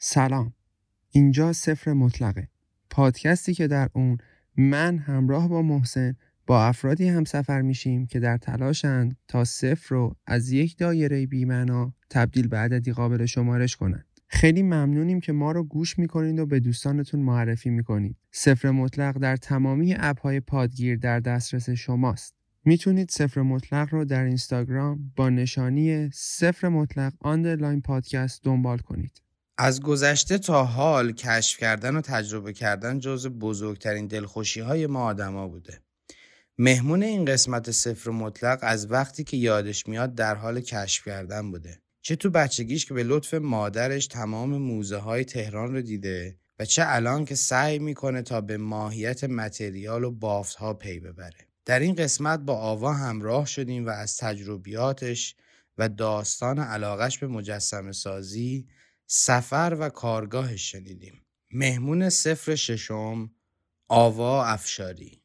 سلام، اینجا صفر مطلقه، پادکستی که در اون من همراه با محسن با افرادی همسفر میشیم که در تلاشند تا صفر رو از یک دایره بی‌معنا تبدیل به عددی قابل شمارش کنند. خیلی ممنونیم که ما رو گوش میکنید و به دوستانتون معرفی میکنید. صفر مطلق در تمامی اپ‌های پادگیر در دسترس شماست. میتونید صفر مطلق رو در اینستاگرام با نشانی صفر مطلق _ پادکست دنبال کنید. از گذشته تا حال کشف کردن و تجربه کردن جزو بزرگترین دلخوشی‌های ما آدما بوده. مهمون این قسمت صفر مطلق از وقتی که یادش میاد در حال کشف کردن بوده. چه تو بچگیش که به لطف مادرش تمام موزه‌های تهران رو دیده و چه الان که سعی میکنه تا به ماهیت متریال و بافت‌ها پی ببره. در این قسمت با آوا همراه شدیم و از تجربیاتش و داستان علاقش به مجسمه سازی، سفر و کارگاهش شنیدیم. مهمون صفر ششم آوا افشاری.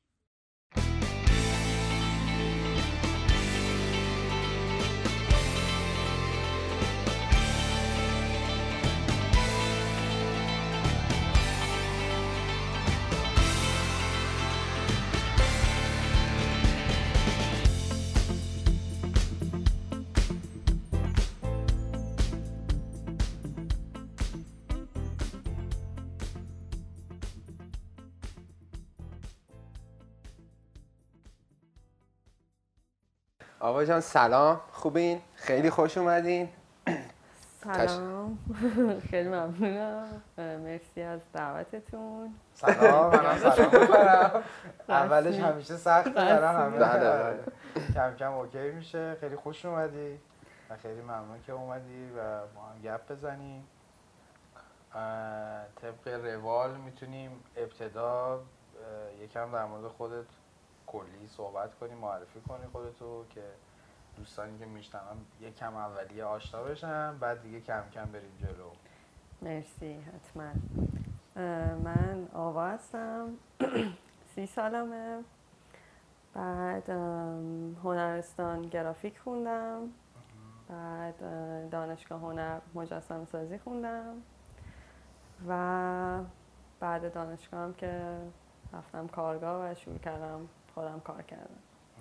آوا جان سلام، خوبین؟ خیلی خوش اومدین. سلام. خیلی ممنونم، مرسی از دعوتتون. سلام، منم سلام می‌کنم. اولش همیشه سخته برام همه کم کم اوکی میشه. خیلی خوش اومدی و خیلی ممنون که اومدی و ما هم گپ بزنیم. طبق روال میتونیم ابتدا یکم در مورد خودت کلی صحبت کنیم، معرفی کنی خودتو که دوستانی که میشنون یکم اولیه آشنا بشن، بعد دیگه کم کم بریم جلو. مرسی، حتما. من آوا هستم. 30 سالمه. بعد هنرستان گرافیک خوندم. بعد دانشگاه هنر مجسمه سازی خوندم و بعد دانشگاه هم که رفتم کارگاه و شروع کردم خودم کار کردم.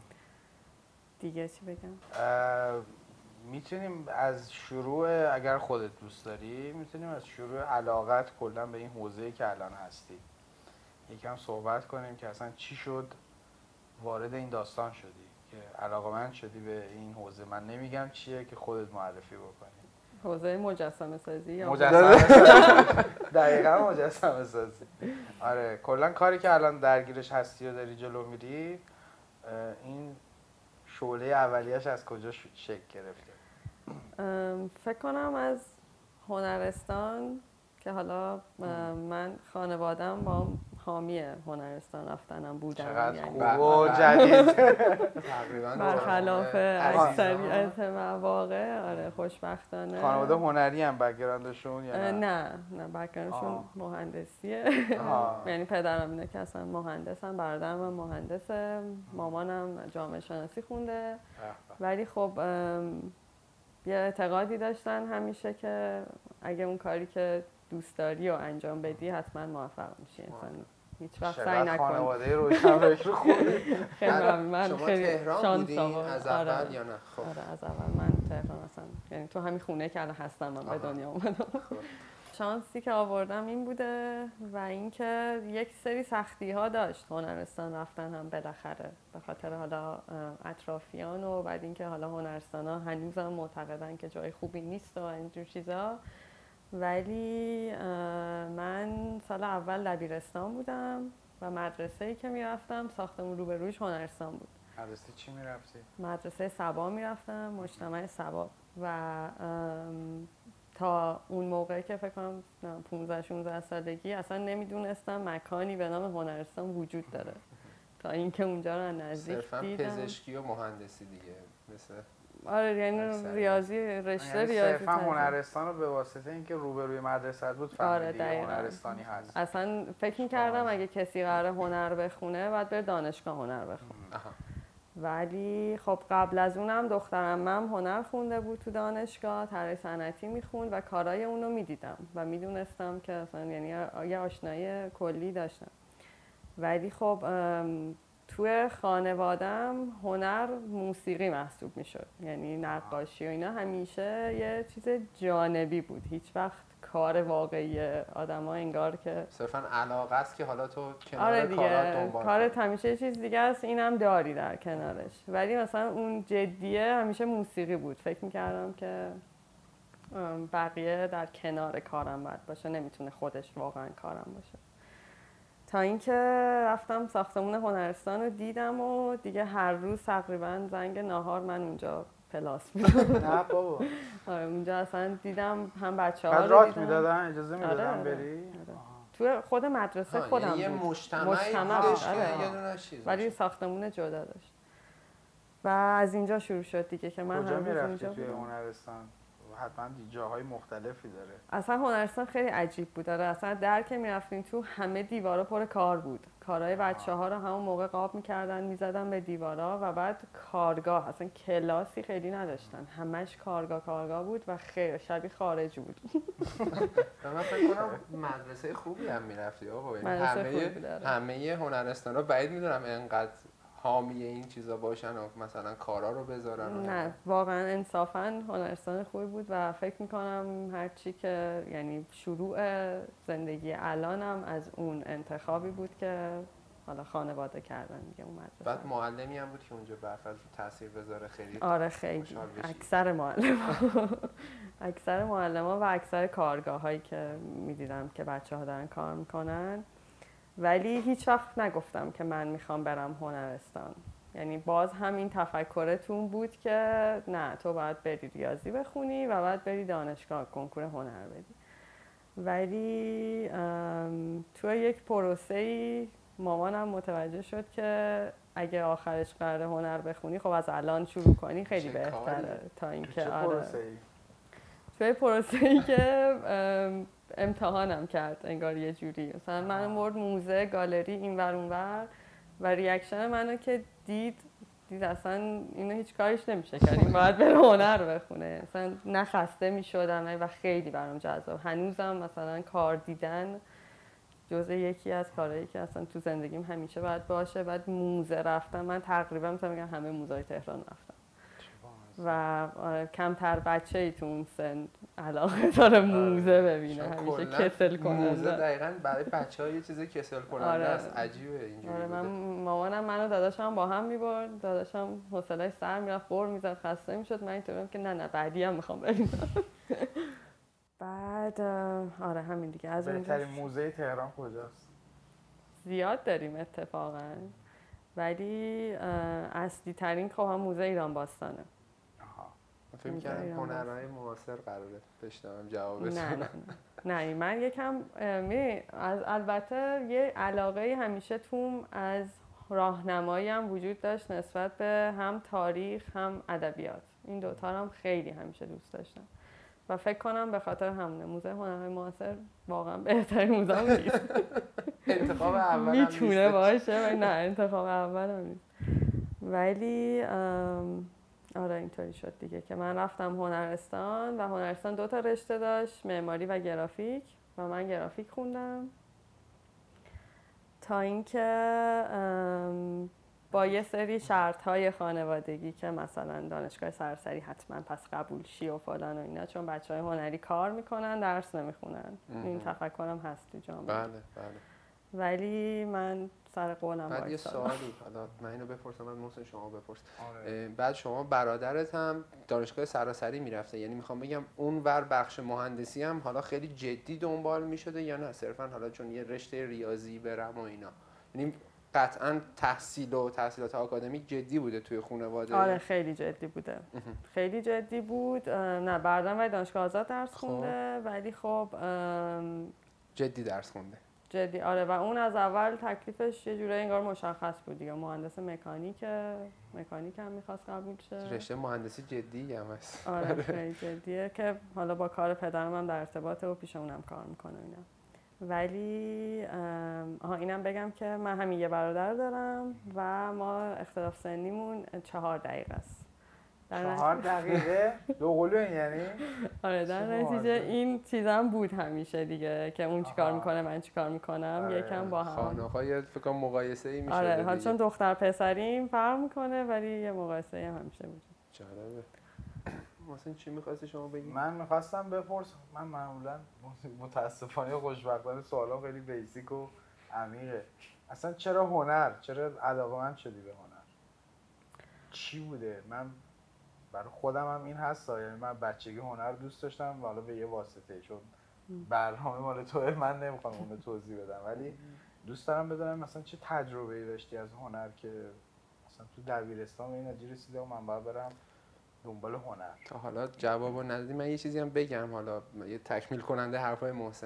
دیگه چی بگم؟ میتونیم از شروع، اگر خودت دوست داری، میتونیم از شروع علاقت کلا به این حوزه‌ای که الان هستی یکم صحبت کنیم که اصلا چی شد وارد این داستان شدی که علاقه‌مند شدی به این حوزه. من نمیگم چیه که خودت معرفی بکنی. حوزه مجسمه سازی یا دقیقاً مجسمه سازی. آره، کلا کاری که الان درگیرش هستی و داری جلو میری، این شعله اولیه‌اش از کجا شکل گرفته؟ فکر کنم از هنرستان که حالا من خانواده‌ام با حامی هنرستان رفتنم بودم. چقدر یعنی خوب و جدید. تقریبا برخلاف اکثریت مواقع. آره، خوشبختانه. خانواده هنری هم بک‌گراندشون یا نه بک‌گراندشون مهندسیه. یعنی پدرم اینه که اصلا مهندسن، برادرم هم مهندسه، مامانم جامعه شناسی خونده. ولی خب یه اعتقادی داشتن همیشه که اگه اون کاری که دوست داری و انجام بدی حتما موفق میشی. اصلا هیچ وقت سعی نکن. خانواده روشنفکر خوبی. خیلی من شما خیلی تهران بودین از اول یا نه؟ خب آره، از اول من تهران هستم. یعنی تو همین خونه که الان هستم من به دنیا اومدم. شانسی که آوردم این بوده و اینکه یک سری سختی ها داشت هنرستان رفتن هم بالاخره، به خاطر حالا اطرافیان و بعد اینکه حالا هنرستان ها هنوزم معتقدن که جای خوبی نیست و اینجور چیزا. ولی من سال اول دبیرستان بودم و مدرسه‌ای که میرفتم ساختمون روبروش هنرستان بود. مدرسه چی میرفتی؟ مدرسه صبا میرفتم، مجتمع صبا. و تا اون موقع که فکر کنم 15-16 سالگی اصلا نمیدونستم مکانی به نام هنرستان وجود داره تا اینکه اونجا رو نزدیک دیدم. صرفا پزشکی و مهندسی دیگه مثل. آره، یعنی ریاضی، رشته یعنی ریاضی. صرفا هنرستان رو به واسطه اینکه روبروی مدرسه بود فهمیدی هنرستانی هست. اصلا فکر می‌کردم اگه کسی قراره هنر بخونه باید بره دانشگاه هنر بخونه. ولی خب قبل از اونم دخترعمم هنر خونده بود تو دانشگاه، طراحی صنعتی میخوند و کارهای اونو میدیدم و میدونستم که اصلا یعنی یه آشنایی کلی داشتم. ولی خب توی خانوادم هنر موسیقی محسوب میشد، یعنی نقاشی و اینا همیشه یه چیز جانبی بود، هیچ وقت کار واقعی آدما انگار که صرفا علاقه است که حالا تو کنار آره کارات دیگه دنبال کارت همیشه یه چیز دیگه است، اینم داری در کنارش. ولی مثلا اون جدیه همیشه موسیقی بود. فکر میکردم که بقیه در کنار کارم باید باشه، نمیتونه خودش واقعا کارم باشه. تا اینکه رفتم ساختمون هنرستان رو دیدم و دیگه هر روز تقریبا زنگ ناهار من اونجا پلاس بودم. نه بابا. آره اونجا اصلا دیدم هم بچه‌ها بعد رو رات دیدم. میدادن، اجازه میدادن آره. بری؟ تو خود مدرسه خودم یعنی بود. یه مجتمعی بودش که آره. یه دونه چیز ولی باشه. ساختمون جدا داشت. و از اینجا شروع شد دیگه که من کجا هر روز میرفتی اونجا توی بودم. هنرستان؟ حتما جاهای مختلفی داره. اصلا هنرستان خیلی عجیب بود. داره اصلا در که میرفتین تو همه دیوارا پر کار بود. کارهای بچه‌ها رو همون موقع قاب می‌کردن می‌زدن به دیوارا و بعد کارگاه، اصلا کلاسی خیلی نداشتن، همش کارگاه بود و خیلی شبیه خارج بود. من فکر کنم مدرسه خوبی هم میرفتی آقا. همه هنرستانا بعید میدونم انقدر حامی این چیزا باشن و مثلا کارا رو بذارن. نه واقعا انصافا هنرستان خوبی بود و فکر میکنم هرچی که یعنی شروع زندگی الانم از اون انتخابی بود که حالا خانواده کردن دیگه اون مدرسه. بعد معلمی هم بود که اونجا برفض تاثیر بذاره خیلی. آره خیلی اکثر معلم‌ها و اکثر کارگاه‌هایی که می‌دیدم که بچه‌ها دارن کار میکنن. ولی هیچ وقت نگفتم که من میخوام برم هنرستان. یعنی باز همین تفکرتون بود که نه تو باید بری ریاضی بخونی و باید بری دانشگاه کنکور هنر بدی. ولی توی یک پروسه‌ای مامانم متوجه شد که اگه آخرش قراره هنر بخونی خب از الان شروع کنی خیلی بهتره تا اینکه توی پروسه‌ای که امتحانم کرد انگار یه جوری. مثلا من برد موزه، گالری، اینور اونور و ریاکشن منو که دید اصلا اینو هیچ کارش نمیشه کرد، این باید بره هنر بخونه. مثلا نخسته میشدم و خیلی برام جذاب. هنوزم مثلا کار دیدن جزء یکی از کارهایی که اصلا تو زندگیم همیشه باید باشه. بعد موزه رفتم، من تقریبا مثلا میگم همه موزه‌های تهران رفتم و کمتر بچه‌ای تو اون سن علاقه داره موزه ببینه، همیشه کسل کننده. موزه دقیقاً برای بچه‌ها یه چیز کسل کننده است. عجیبه اینجوری. آره مامانم منو داداشم با هم می‌برد، داداشم حوصله‌اش سر میرفت، قُر می‌زد، خسته می‌شد. من اینطوریم که نه بعدی هم می‌خوام ببینم. بعد آره همین دیگه. از اونجا بهترین موزه تهران کجاست؟ زیاد داریم اتفاقا، ولی اصلی ترین خب هم موزه ایران باستانه. فکر می‌کردم هنرهای معاصر قراره بشنوم جوابش. نه من یکم البته یه علاقه همیشه توم از راهنمایی هم وجود داشت نسبت به هم تاریخ هم ادبیات. این دوتا هم خیلی همیشه دوست داشتم و فکر کنم به خاطر همونه موزه هنرهای معاصر واقعا بهترین موزه نیست. انتخاب اول میتونه باشه ولی نه انتخاب اول هم نیست. ولی آره اینطوری شد دیگه که من رفتم هنرستان و هنرستان 2 تا رشته داشت، معماری و گرافیک و من گرافیک خوندم تا اینکه با یه سری شرط‌های خانوادگی که مثلا دانشگاه سراسری حتما پس قبول شی و فلان و اینا، چون بچه‌های هنری کار میکنن درس نمیخونن. این تفکرم هست تو جامعه. بله. ولی من سر قولم بعد یه سوالی حالا من اینو بپرسم، من محسن شما بپرس. بعد شما برادرت هم دانشگاه سراسری میرفته، یعنی میخوام بگم اون ور بخش مهندسی هم حالا خیلی جدی دنبال میشده یا نه صرفا حالا چون یه رشته ریاضی برم و اینا؟ یعنی قطعا تحصیل و تحصیلات آکادمیک جدی بوده توی خانواده؟ آره خیلی جدی بوده. خیلی جدی بود. نه برادرم ولی دانشگاه آزاد درس خونده ولی خب جدی درس خونده. جدی آره. و اون از اول تکلیفش یه جوری انگار مشخص بود دیگه، مهندس مکانیک هم می‌خواست قبول شه. رشته مهندسی جدی هم هست. آره خیلی جدیه که حالا با کار پدرم هم در ارتباطه و پیش اونم کار میکنه اینا. ولی اینم بگم که من همین یه برادر دارم و ما اختلاف سنیمون 4 دقیقه است. 4 دقیقه؟ دوقلو این یعنی؟ آره در نتیجه این چیزم بود همیشه دیگه که اون چیکار میکنه من چیکار میکنم یکم با هم خانه‌های فکر کنم مقایسه‌ای میشه. آره حالا چون دختر پسریم فرق میکنه ولی یه مقایسه‌ای هم همیشه بود. جالبه. مثلا چی می‌خواستی شما بگی؟ من می‌خواستم بپرسم، من معمولا متاسفانه خوشبختانه سوالام خیلی بیسیک و عمیقه. اصلا چرا هنر؟ چرا علاقه‌مند شدی به هنر؟ چی بوده؟ من برای خودم هم این هستا، یعنی من بچگی هنر دوست داشتم حالا به یه واسطه، چون برنامه مال توه من نمیخوام اون رو توضیح بدم، ولی دوست دارم بدونم مثلا چه تجربه‌ای داشتی از هنر که مثلا تو دبیرستان به این نتیجه رسیدی و من باید برم دنبال هنر. تا حالا جوابو ندادی، من یه چیزی هم بگم، حالا یه تکمیل کننده حرفای محسن.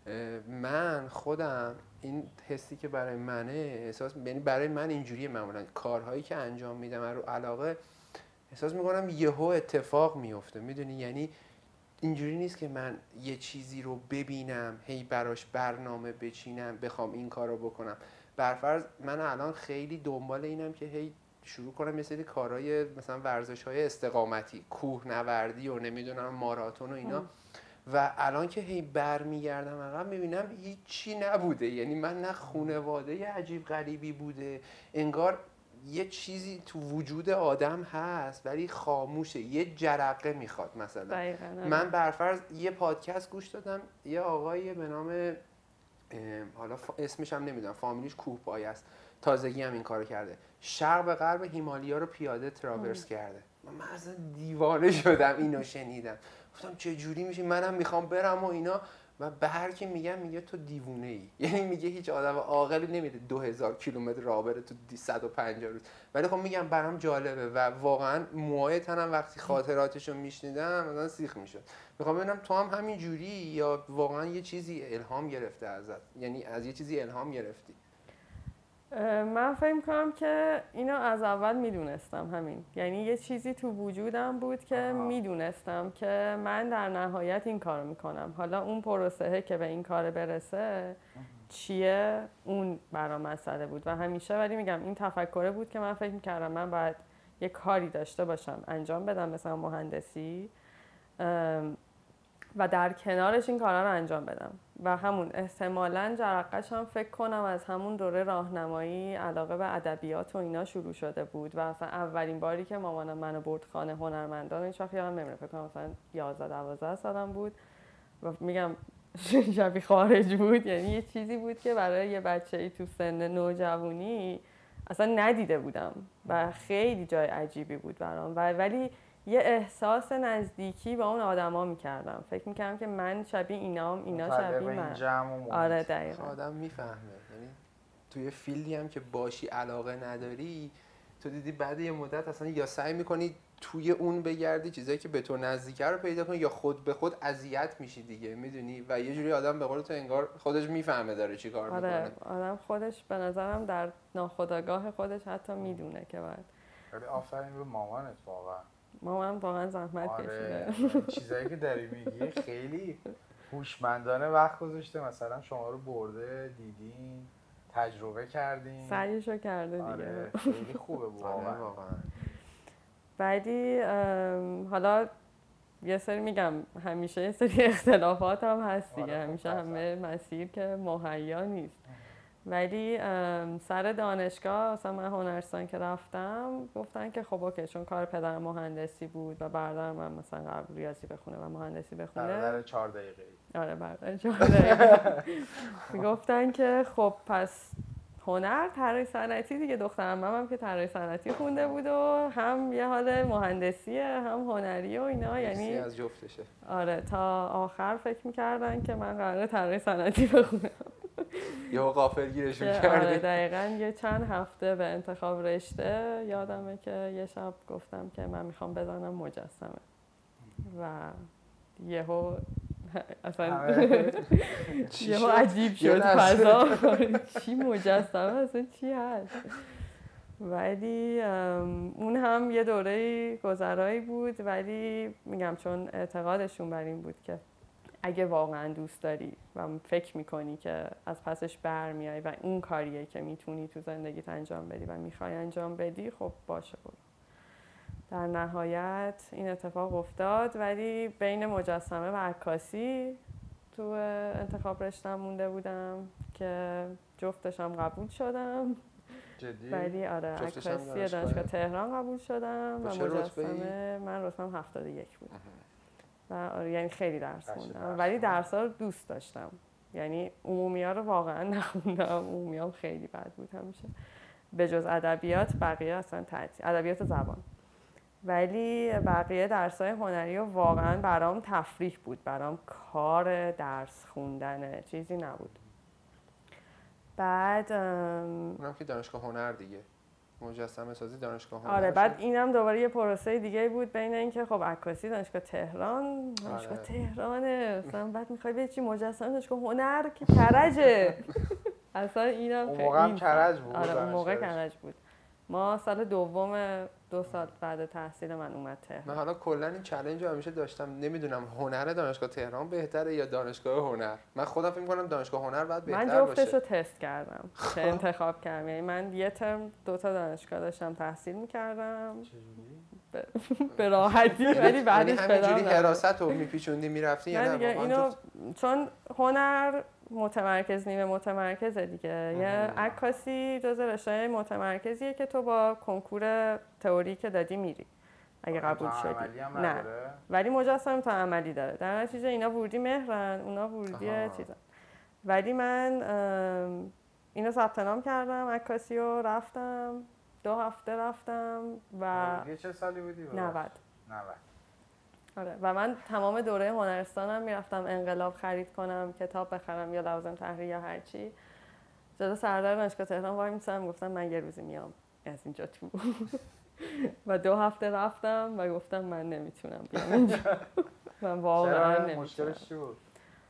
من خودم این حسی که برای منه احساس، یعنی برای من اینجوریه، معمولا کارهایی که انجام میدم رو علاقه احساس میکنم یهو اتفاق میفته، میدونی، یعنی اینجوری نیست که من یه چیزی رو ببینم هی براش برنامه بچینم بخوام این کارو بکنم. برفرض من الان خیلی دنبال اینم که هی شروع کنم یه سری کارهای مثلا ورزش‌های استقامتی، کوهنوردی و نمیدونم ماراتون و اینا، و الان که هی برمیگردم عقب میبینم هیچی نبوده. یعنی من نه خانواده عجیب غریبی بوده، انگار یه چیزی تو وجود آدم هست ولی خاموشه، یه جرقه میخواد. مثلا من برفرض یه پادکست گوش دادم، یه آقایی به نام حالا اسمش هم نمیدونم، فامیلیش کوهپایه است، تازگی هم این کارو کرده، شرق به غرب هیمالیا رو پیاده تراورس کرده. من اصلا دیوانه شدم اینو شنیدم، گفتم چه جوری میشه، منم میخوام برم و اینا. و به هر کی میگه تو دیوونه ای، یعنی میگه هیچ آدم عاقلی نمیره 2000 کیلومتر راه بره تو 150 روز. ولی خب میگم برام جالبه و واقعا موهای تنم وقتی خاطراتشو میشنیدم مثلا سیخ میشد. میخوام ببینم تو هم همین جوری یا واقعا یه چیزی الهام گرفته ازت، یعنی از یه چیزی الهام گرفتی؟ من فکر می‌کنم که اینو از اول میدونستم، همین، یعنی یه چیزی تو وجودم بود که میدونستم که من در نهایت این کارو میکنم. حالا اون پروسه که به این کار برسه چیه اون برام مسئله بود و همیشه، ولی میگم این تفکره بود که من فکر میکردم من باید یه کاری داشته باشم انجام بدم مثلا مهندسی و در کنارش این کارا رو انجام بدم و همون احتمالاً جرقه‌ش هم فکر کنم از همون دوره راهنمایی علاقه به ادبیات و اینا شروع شده بود و اصلا اولین باری که مامانم منو برد خانه هنرمندان، هیچ وقت یادم نمیره، فکر کنم مثلا 11-12 سالم بود و میگم شبیه خارج بود، یعنی یه چیزی بود که برای یه بچه‌ای تو سن نوجوانی اصلا ندیده بودم و خیلی جای عجیبی بود برام، ولی یه احساس نزدیکی با اون آدما می‌کردم. فکر می‌کردم که من شبیه اینام، اینا شبیه من. آره دقیقاً. آدم میفهمه، یعنی توی فیلدی هم که باشی علاقه نداری، تو دیدی بعد یه مدت اصلا یا سعی می‌کنی توی اون بگردی چیزایی که به تو نزدیکه رو پیدا کنی یا خود به خود اذیت میشی دیگه، میدونی، و یه جوری آدم به قول تو انگار خودش میفهمه داره چی کار میکنه. آره آدم خودش به نظرم در ناخودآگاه خودش حتی میدونه که باید. خیلی آفرین به مامانت، واقعا مامانم واقعا زحمت کشیده. چیزایی که داری میگی خیلی هوشمندانه وقت گذاشته، مثلا شما رو برده دیدین، تجربه کردین، سعیشو کرده دیگه. آره خیلی خوبه واقعا. بعدی حالا یه سری میگم همیشه یه سری اختلافات هم هست دیگه، همیشه همه مسیر که مهیا نیست، ولی سر دانشگاه مثلا من هنرستان که رفتم گفتن که خب اوکی، چون کار پدرم مهندسی بود و برادرم من مثلا قرار ریاضی بخونه و مهندسی بخونه. برادر 4 دقیقه. آره برادر 4 دقیقه. گفتن که خب پس هنر، طراحی صنعتی دیگه. دخترم هم که طراحی صنعتی خونده بود و هم یه حال مهندسیه هم هنری و اینا، یعنی از جفتشه. آره تا آخر فکر می‌کردن که من قراره طراحی صنعتی بخونم. یا غافلگیرشون کردی. آره دقیقاً. یه چند هفته به انتخاب رشته یادمه که یه شب گفتم که من میخوام بزنم مجسمه و یهو اصلا یهو عجیب شد فضا. چی مجسمه، اصلا چی هست؟ ولی اون هم یه دوره گذرایی بود، ولی میگم چون اعتقادشون بر این بود که اگه واقعا دوست داری و فکر میکنی که از پسش برمیای و اون کاریه که میتونی تو زندگیت انجام بدی و میخوای انجام بدی، خب باشه برو. در نهایت این اتفاق افتاد، ولی بین مجسمه و عکاسی تو انتخاب رشتم مونده بودم که جفتشم قبول شدم. جدی؟ ولی آره عکاسی دانشگاه تهران قبول شدم و مجسمه من رتبه‌ام 71 بود. و آره یعنی خیلی درس خوندم، ولی درس‌ها رو دوست داشتم. یعنی عمومی‌ها رو واقعا نخوندم، عمومی‌ها خیلی بد بود همیشه. به جز ادبیات بقیه اصلا تعطیل، ادبیات زبان. ولی بقیه درس‌های هنری رو واقعا برام تفریح بود، برام کار درس خوندن چیزی نبود. بعد اونم که دانشگاه هنر دیگه، مجسمه سازی دانشگاه هنر. آره بعد اینم دوباره یه پروسه دیگه بود بین اینکه خب عکاسی دانشگاه تهران، دانشگاه تهرانه، مثلا بعد می‌خوای بری چی مجسمه دانشگاه هنر که کرجه. اصلا اینم اون موقع هم کرج بود. آره اون موقع کرج بود. ما سال دوم 2 سال بعد تحصیل من اومد تهران. من حالا کلا این چالش رو همیشه داشتم، نمیدونم هنر دانشگاه تهران بهتره یا دانشگاه هنر. من خودم فکر می‌کنم دانشگاه هنر باید بهتر باشه. من جفتش رو تست کردم که انتخاب کردم. یعنی من یه ترم 2 تا دانشگاه داشتم تحصیل می‌کردم. به راحتی، ولی بعدش همینجوری حراست رو میپیچوندی میرفتی یا نه؟ دیگه اینو چون هنر متمرکز نیمه متمرکزه دیگه. یه عکاسی جز رشته متمرکزیه که تو با کنکور تئوری که دادی میری اگه قبول شدی. نه ولی مجسمه تا عملی داره. در نتیجه اینا ورودی مهرن، اونا ورودی چیزن. ولی من اینو ثبت نام کردم عکاسی رو، رفتم 2 هفته رفتم و چه سالی بودی؟ 90. آره و من تمام دوره هنرستانم میرفتم انقلاب خرید کنم، کتاب بخرم یا لوازم تحریری یا هر چی. جلو سردار دانشگاه تهران وای میسم گفتم من یه روزی میام از اینجا تو. و 2 هفته رفتم و گفتم من نمیتونم بیام اینجا. من واقعا نمیتونم. مشکلش چی بود؟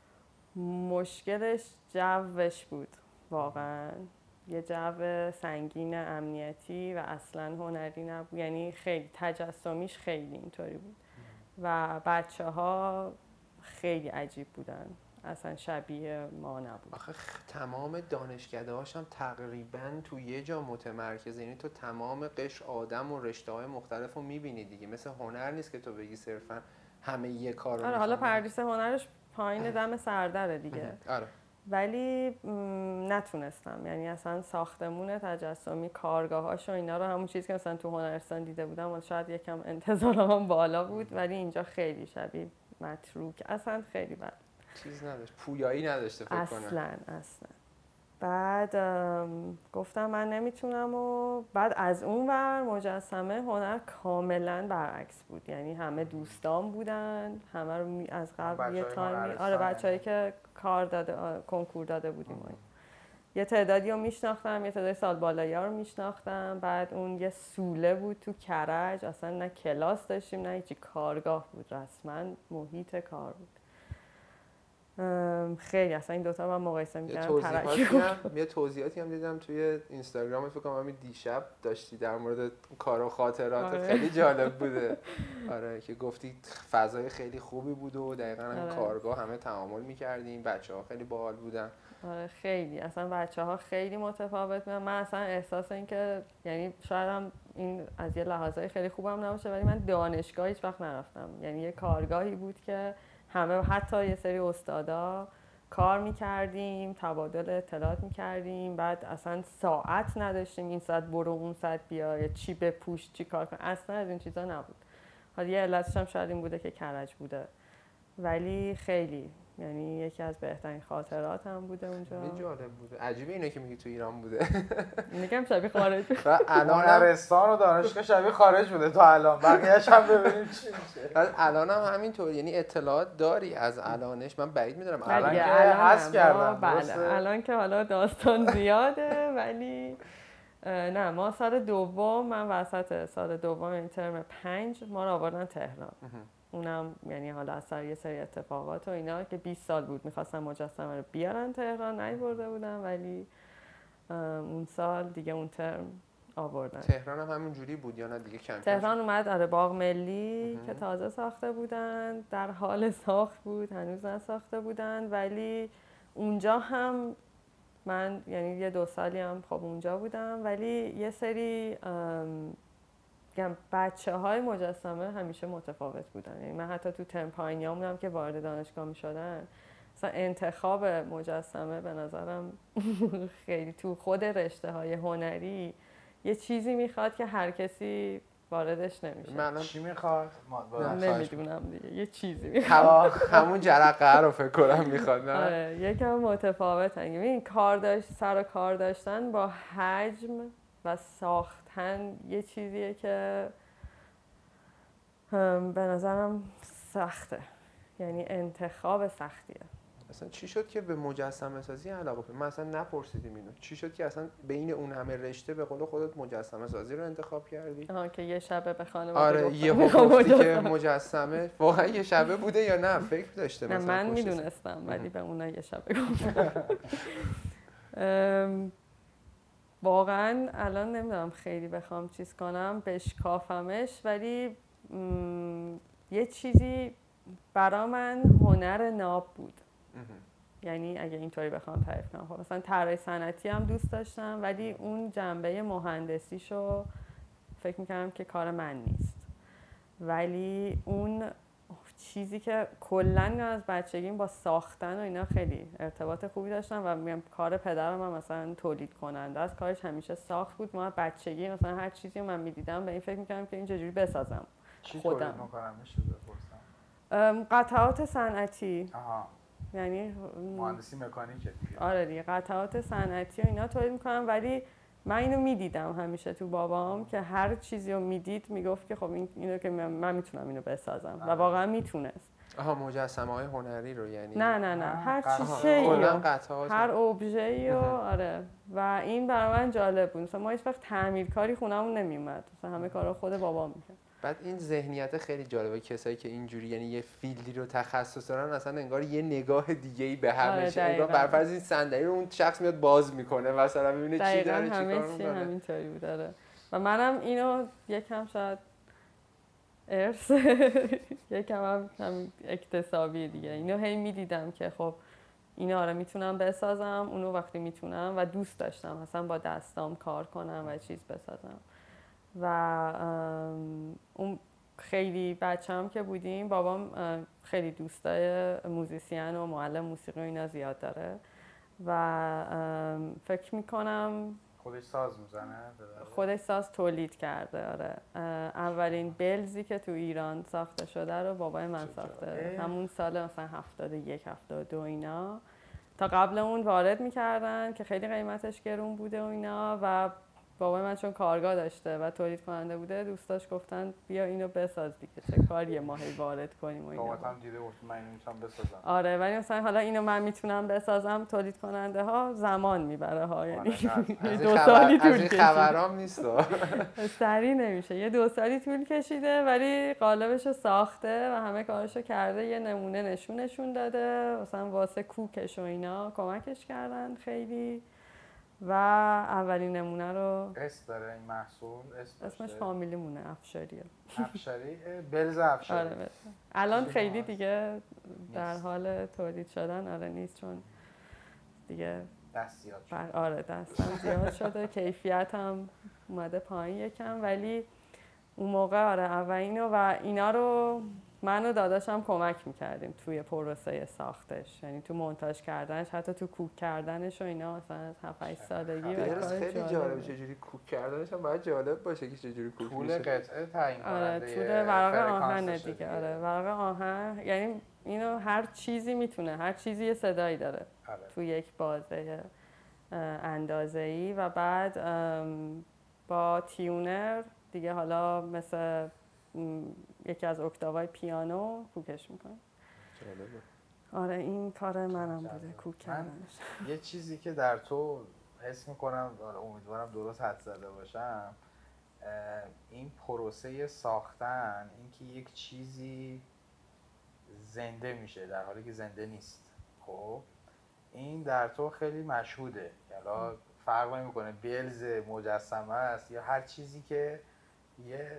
مشکلش جوش بود واقعا. یه جو سنگین امنیتی و اصلا هنری نبود. یعنی خیلی تجسمیش خیلی اینطوری بود و بچه‌ها خیلی عجیب بودن، اصلا شبیه ما نبود. آخه تمام دانشکده‌هاش هم تقریباً تو یه جا متمرکز، یعنی تو تمام قشر آدم و رشته‌های مختلف رو می‌بینی دیگه. مثل هنر نیست که تو بگی صرفاً همه یه کار رو. آره حالا پردیس هنرش پایین دم سردره دیگه. آره. ولی نتونستم، یعنی اصلا ساختمون تجسمی کارگاهاش و اینا رو همون چیزی که مثلا تو هنرستان دیده بودم و شاید یکم انتظارم بالا بود، ولی اینجا خیلی شبیه متروک، اصلا خیلی بد. چیز نداشت، پویایی نداشته فکر کنم. اصلا. بعد گفتم من نمیتونم و بعد از اون ور مجسمه هنر کاملا برعکس بود. یعنی همه دوستان بودن، همه رو از قبل یه تایمی آره بچه‌ای که کار داده کنکور داده بودیم یه تعدادی رو میشناختم، یه تعدادی سال بالایی‌ها رو میشناختم. بعد اون یه سوله بود تو کرج، اصلا نه کلاس داشتیم نه هیچی، کارگاه بود، رسما محیط کار بود. خیلی اصلا این دوتا من مقایسه می‌کردم. یه توضیحاتی هم دیدم توی اینستاگرام، فکر کنم همین دیشب داشتی در مورد کار و خاطرات. خیلی جالب بوده. آره که گفتی فضای خیلی خوبی بود و دقیقاً هم کارگاه همه تعامل می‌کردیم، بچه‌ها خیلی باحال بودن. آره خیلی اصلا بچه‌ها خیلی متفاوت بودن. من اصلا احساس این که یعنی شاید هم این از یه لحاظای خیلی خوبم نباشه، ولی من دانشگاه هیچ وقت نرفتم. یعنی یه کارگاهی بود که همه حتی یه سری استادا کار می‌کردیم، تبادل اطلاعات می‌کردیم، بعد اصلا ساعت نداشتیم این ساعت برو اون ساعت بیا یا چی بپوش چی کار کن، اصلا از این چیزا نبود. حالا یه علتش هم شاید این بوده که کرج بوده، ولی خیلی یعنی یکی از بهترین خاطرات هم بوده اونجا. خیلی جالب بوده. عجیبه اینه که میگی تو ایران بوده. میگم شبیه خارج. و الان هنرستان و دانشگاه شبیه خارج بوده تا الان. بقیه‌اش هم ببینیم چی میشه. الان هم همینطور، یعنی اطلاعات داری از الانش؟ من بعید می‌دونم الان که حذف کردن. بله الان که حالا داستان زیاده، ولی نه ما سال دوم، من وسط سال دوم این ترم 5 ما رو آوردن تهران. اونم یعنی حالا از سر یه سری اتفاقات و اینا که 20 سال بود می‌خواستن مجسمه رو بیارن تهران، نیاورده بودن، ولی اون سال دیگه اون ترم آوردن. تهران هم همون جوری بود یا نه دیگه کم کم؟ تهران اومد آره باغ ملی که تازه ساخته بودن، در حال ساخت بود، هنوز نساخته بودن، ولی اونجا هم من یعنی 1-2 سالی هم خب اونجا بودم، ولی یه سری بچه‌های مجسمه همیشه متفاوت بودن. یعنی من حتی تو ترم پایینیامونم که وارد دانشگاه می‌شدن، مثلا انتخاب مجسمه به نظرم خیلی تو خود رشته‌های هنری یه چیزی میخواد که هر کسی واردش نمیشه. من چی میخواد؟ نمیدونم دیگه، یه چیزی میخواد. همون جرقه رو فکر کنم میخواد. نه آره یکم متفاوتن. این سر و کار داشتن با حجم و ساختن یه چیزیه که به نظرم سخته، یعنی انتخاب سختیه. اصلا چی شد که به مجسمه سازی علاقه پیدا؟ ما اصلا نپرسیدیم اینو. چی شد که اصلا بین اون همه رشته به قول خودت مجسمه سازی رو انتخاب کردی؟ که یه شبه به خانواده آره یه گفتی که مجسمه واقعا یه شبه بوده یا نه فکر داشته نه مثلا؟ من میدونستم ولی به اونا یه شبه گفتم. واقعا الان نمیدونم خیلی بخوام چیز کنم بشکافمش، ولی یه چیزی برا من هنر ناب بود. یعنی اگه اینطوری بخوام تعریف کنم، خب مثلا طراحی صنعتی هم دوست داشتم، ولی اون جنبه مهندسیشو فکر می‌کردم که کار من نیست. ولی اون چیزی که کلاً از بچگیم با ساختن و اینا خیلی ارتباط خوبی داشتم و میگم کار پدرم هم مثلا تولید کننده از کارش همیشه ساخت بود. ما بچگی مثلا هر چیزی رو من می‌دیدم به این فکر می‌کردم که این چجوری بسازم چی خودم. تولید می‌کنم میشه بپرسم؟ قطعات صنعتی. یعنی مهندسی مکانیکه دیگه. آره دیگه قطعات صنعتی و اینا تولید می‌کنم، ولی من اینو میدیدم همیشه تو بابام که هر چیزی رو میدید میگفت که خب اینو که من میتونم اینو بسازم و واقعا میتونست. مجسمه‌های هنری رو یعنی؟ نه هر چیزی هر ابژه‌ای رو آره. و این برای من جالب بود. مثلا ما هیچ وقت تعمیرکاری خونمون نمیومد، مثلا همه کارا خود بابام می‌کرد. بعد این ذهنیت خیلی جالبه، کسایی که اینجوری یعنی یه فیلدی رو تخصص دارن اصلا انگار یه نگاه دیگه‌ای به همه چیز. انگار برفرض این صندلی رو اون شخص میاد باز میکنه مثلا میبینه چی داره چیکار میکنه. همینطوری بود داره. و منم اینو یکم شاید ارث یکم هم اکتسابی دیگه اینو هی میدیدم که خب اینا آره میتونم بسازم، اونو وقتی میتونم و دوست داشتم مثلا با دستام کار کنم و چیز بسازم. و اون خیلی بچه‌ام که بودیم بابام خیلی دوستای موزیسین و معلم موسیقی و اینا زیاد داره و فکر میکنم خودش ساز میزنه؟ خودش ساز تولید کرده آره. اولین بلزی که تو ایران ساخته شده رو بابای من ساخته، همون سال مثلا 71 72 اینا. تا قبل اون وارد میکردن که خیلی قیمتش گرون بوده و اینا، و بابای من چون کارگاه داشته و تولید کننده بوده دوستاش گفتن بیا اینو بساز دیگه، چه کاریه ما هی وارد کنیم و اینا. بابات هم دیده گفت من اینو میتونم بسازم. آره ولی مثلا حالا اینو من میتونم بسازم، تولید کننده ها زمان میبره ها، یعنی 2 سالی طول کشیده. خبرام نیست سریع نمیشه، یه 2 سالی طول کشیده ولی قالبشو ساخته و همه کارشو کرده. یه نمونه نشون داده مثلا واسه کوکش و اینا کمکش کردن خیلی. و اولین نمونه رو اسم داره این محصول؟ اسمش فامیلی مونه، افشاریه. افشاری؟ بلز افشاری. آره الان خیلی دیگه در حال تولید شدن آره نیست، چون دیگه دست زیاد شده. آره دستم زیاد شده، کیفیت هم اومده پایین یکم، ولی اون موقع آره اولینو و اینا رو من و داداشم کمک میکردیم توی پروسه ساختش، یعنی تو مونتاژ کردنش، حتی تو کوک کردنش و اینا. مثلا از 7-8 سالگی و خیلی جالبه چجوری کوک کردنش هم باید جالب باشه که چجوری کوک میشه. طول قطعه تعیین کننده. آره طول ورق آهن دیگه. آره ورق آهن یعنی اینو هر چیزی میتونه، هر چیزی یه صدایی داره تو یک بازه اندازه‌ای و بعد با تیونر دیگه حالا مثل یکی از اکتاوهای پیانو کوکش میکنه. جالبه. آره این کار منم بوده کوک کردنش. یه چیزی که در تو حس میکنم، امیدوارم درست حد زده باشم، این پروسه ساختن، اینکه یک چیزی زنده میشه در حالی که زنده نیست، خب این در تو خیلی مشهوده. حالا فرق نمیکنه بلز مجسمه است یا هر چیزی که یه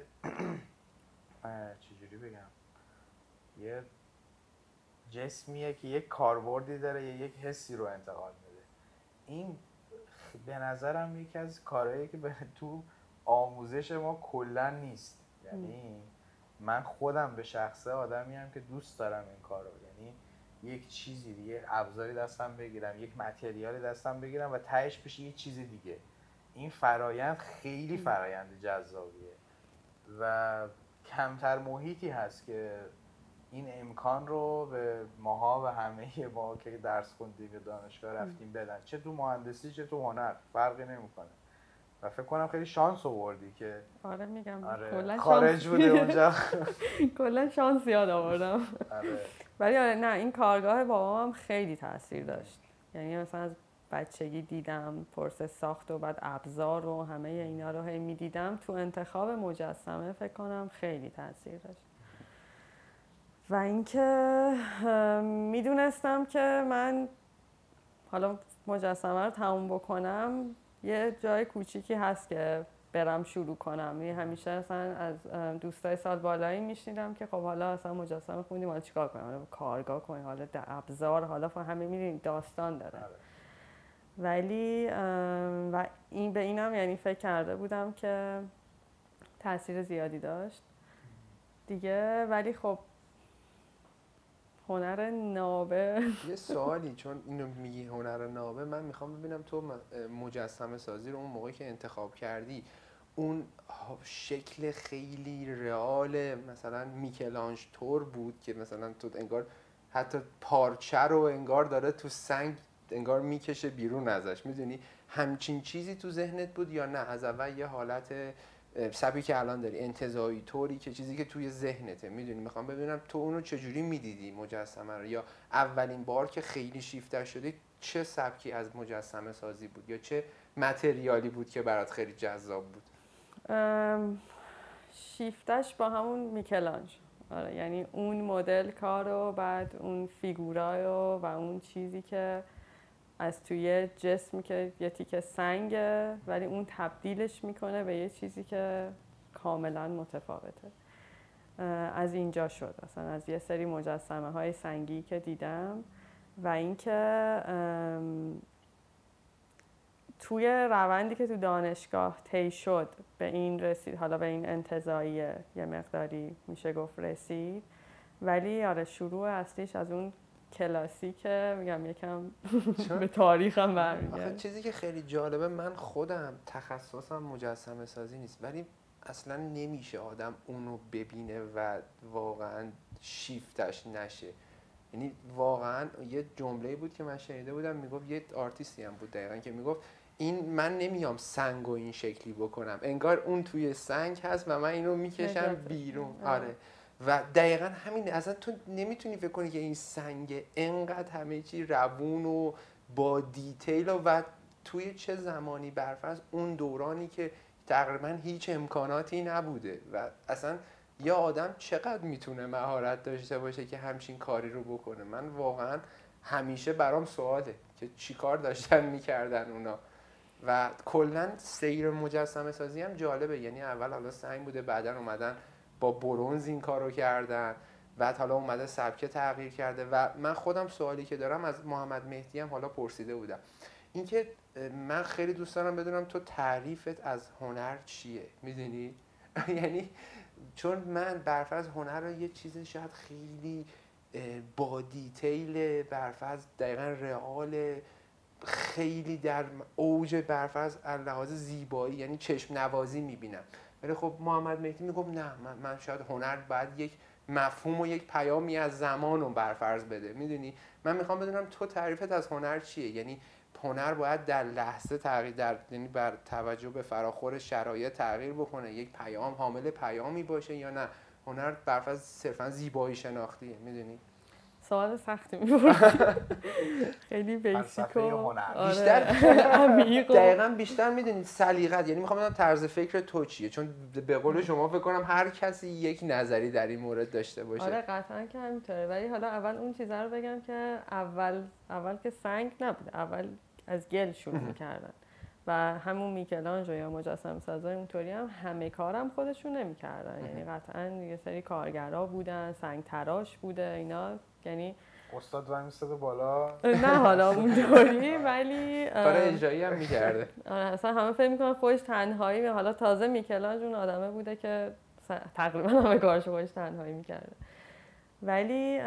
چجوری بگم یه جسمیه که یک کاربردی داره یا یک حسی رو انتقال میده. این به نظرم یکی از کارهایی که تو آموزش ما کلا نیست. یعنی من خودم به شخصه آدمیم که دوست دارم این کارو، یعنی یک چیزی دیگه، ابزاری دستم بگیرم، یک متریالی دستم بگیرم و تهش بشه یه چیز دیگه. این فرایند خیلی فرایند جذابیه و کمتر محیطی هست که این امکان رو به ماها و همه ما که درس خوندیم یا دانشگاه رفتیم بدن، چه تو مهندسی چه تو هنر فرقی نمیکنه. و فکر کنم خیلی شانس آوردی که آره میگم آره خارج بوده اونجا. کلا شانس یاد آوردم. آره. ولی آره نه، این کارگاه بابام خیلی تاثیر داشت. یعنی مثلا از بچگی دیدم پروسه ساخت و بعد ابزار و همه اینا رو هی میدیدم، تو انتخاب مجسمه فکر کنم خیلی تاثیر داشت. و اینکه میدونستم که من حالا مجسمه رو تموم بکنم یه جای کوچیکی هست که برم شروع کنم. یعنی همیشه اصلا از دوستای سال بالایی میشنیدم که خب حالا اصلا مجسمه خوندیم حالا چیکار کنیم، حالا کارگاه کنیم، حالا ابزار، حالا همه میدونید داستان داره. ولی و این به اینم یعنی فکر کرده بودم که تاثیر زیادی داشت دیگه. ولی خب هنر نابه یه سوالی، چون اینو میگی هنر نابه، من میخوام ببینم تو مجسمه سازی رو اون موقعی که انتخاب کردی اون شکل خیلی رئال مثلا میکلانژ طور بود که مثلا تو انگار حتی پارچه رو انگار داره تو سنگ انگار میکشه بیرون ازش، میدونی همچین چیزی تو ذهنت بود یا نه از اول یه حالت سبی که الان داری انتزاعی طوری که چیزی که توی ذهنته، میدونی؟ میخوام ببینم تو اونو چجوری میدیدی مجسمه رو، یا اولین بار که خیلی شیفته شدی چه سبکی از مجسمه سازی بود یا چه متریالی بود که برات خیلی جذاب بود؟ شیفتش با همون میکلانژ. آره یعنی اون مدل کارو، بعد اون فیگورایو و اون چیزی که از توی جسمی که یه تیکه سنگه ولی اون تبدیلش میکنه به یه چیزی که کاملا متفاوته. از اینجا شد اصلا از یه سری مجسمه های سنگی که دیدم و اینکه توی روندی که تو دانشگاه طی شد به این رسید، حالا به این انتزاعیه یه مقداری میشه گفت رسید. ولی آره شروع اصلیش از اون کلاسیکه، میگم یکم به تاریخم برمیگرده. چیزی که خیلی جالبه، من خودم تخصصم مجسمه سازی نیست ولی اصلا نمیشه آدم اونو ببینه و واقعا شیفتش نشه. یعنی واقعا یه جمله بود که من شنیده بودم، میگفت یه آرتیستی هم بود دقیقاً که میگفت این من نمیام سنگو این شکلی بکنم، انگار اون توی سنگ هست و من اینو میکشم بیرون. آره و دقیقاً همین. اصلا تو نمیتونی فکر کنی که این سنگ انقدر همه چی روون و با دیتیل و توی چه زمانی، برفرض اون دورانی که تقریبا هیچ امکاناتی نبوده و اصلا یه آدم چقدر میتونه مهارت داشته باشه که همچین کاری رو بکنه. من واقعا همیشه برام سواله که چی کار داشتن میکردن اونا. و کلا سیر مجسمه سازی هم جالبه، یعنی اول حالا سنگ بوده، بعدن اومدن با برنز این کارو کردن، بعد حالا اومده سبک تغییر کرده. و من خودم سوالی که دارم از محمد مهدی هم حالا پرسیده بودم، اینکه من خیلی دوست دارم بدونم تو تعریفت از هنر چیه، میدونی؟ یعنی چون من برفرض هنر رو یه چیز شاید خیلی با دیتیل، برفرض دقیقا رئال، خیلی در اوج برفرض لحاظ زیبایی یعنی چشم نوازی میبینم. ولی خب محمد مهدی میگم نه، من شاید هنر باید یک مفهوم و یک پیامی از زمان رو برفرض بده، میدونی؟ من میخوام بدونم تو تعریفت از هنر چیه؟ یعنی هنر باید در لحظه تغییر یعنی بر توجه به فراخور شرایط تغییر بکنه، یک پیام حامل پیامی باشه، یا نه هنر برفرض صرفا زیبایی شناختیه؟ میدونی؟ سوال سختی می‌پرسی. خیلی بیسیک و بیشتر عمیق دقیقاً بیشتر میدونید سلیقت، یعنی میخوام بدونم طرز فکر تو چیه، چون به قول شما فکر کنم هر کسی یک نظری در این مورد داشته باشه. آره قطعاً که همینطوره. ولی حالا اول اون چیزا رو بگم که اول که سنگ نبود، اول از گل شروع می‌کردن و همون میکلانژو یا مجسمه سازای اونطوری هم همه کارم خودشون نمی‌کردن، یعنی قطعاً یه سری کارگرا بودن، سنگ تراش بوده اینا، یعنی استاد وای میستاده بالا نه حالا اونطوری ولی کار اجرایی هم می‌کرده. اصلا همه فکر می‌کنن خودش تنهایی، حالا تازه میکلانژ اون آدمه بوده که تقریبا همه کارشو خودش تنهایی می‌کرده. ولی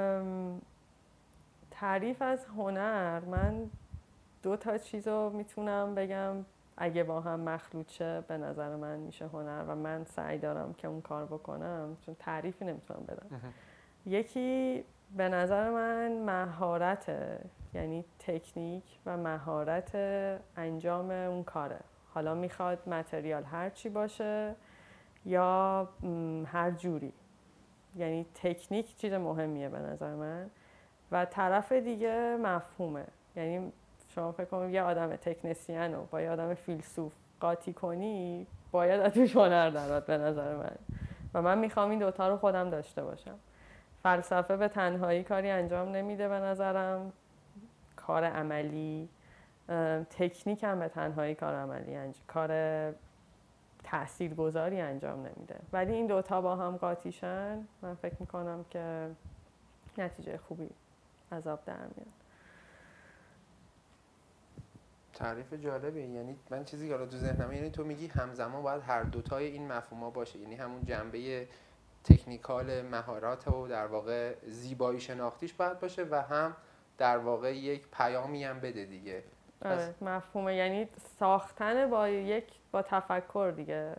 تعریف از هنر، من 2 تا چیزو میتونم بگم اگه با هم مخلوط شه به نظر من میشه هنر و من سعی دارم که اون کار بکنم، چون تعریفی نمیتونم بدم. یکی به نظر من مهارته، یعنی تکنیک و مهارت انجام اون کاره، حالا میخواد متریال هر چی باشه یا هر جوری، یعنی تکنیک چیز مهمیه به نظر من. و طرف دیگه مفهومه، یعنی شما فکر کنید یه آدم تکنسین رو با یه آدم فیلسوف قاطی کنی، باید از توش هنر درآد به نظر من، و من میخوام این دوتا رو خودم داشته باشم. فلسفه به تنهایی کاری انجام نمیده به نظرم، کار عملی، تکنیک هم به تنهایی کار عملی کار تاثیرگذاری انجام نمیده، ولی این دوتا با هم قاطیشن، من فکر میکنم که نتیجه خوبی از آب در میاد. تعریف جالبیه. یعنی من چیزی که حالا تو ذهنمه، یعنی تو میگی همزمان باید هر دوتای این مفهوما باشه، یعنی همون جنبه تکنیکال مهارات و در واقع زیبایی شناختیش باید باشه و هم در واقع یک پیامی هم بده دیگه. آره مفهومه، یعنی ساختن با تفکر دیگه.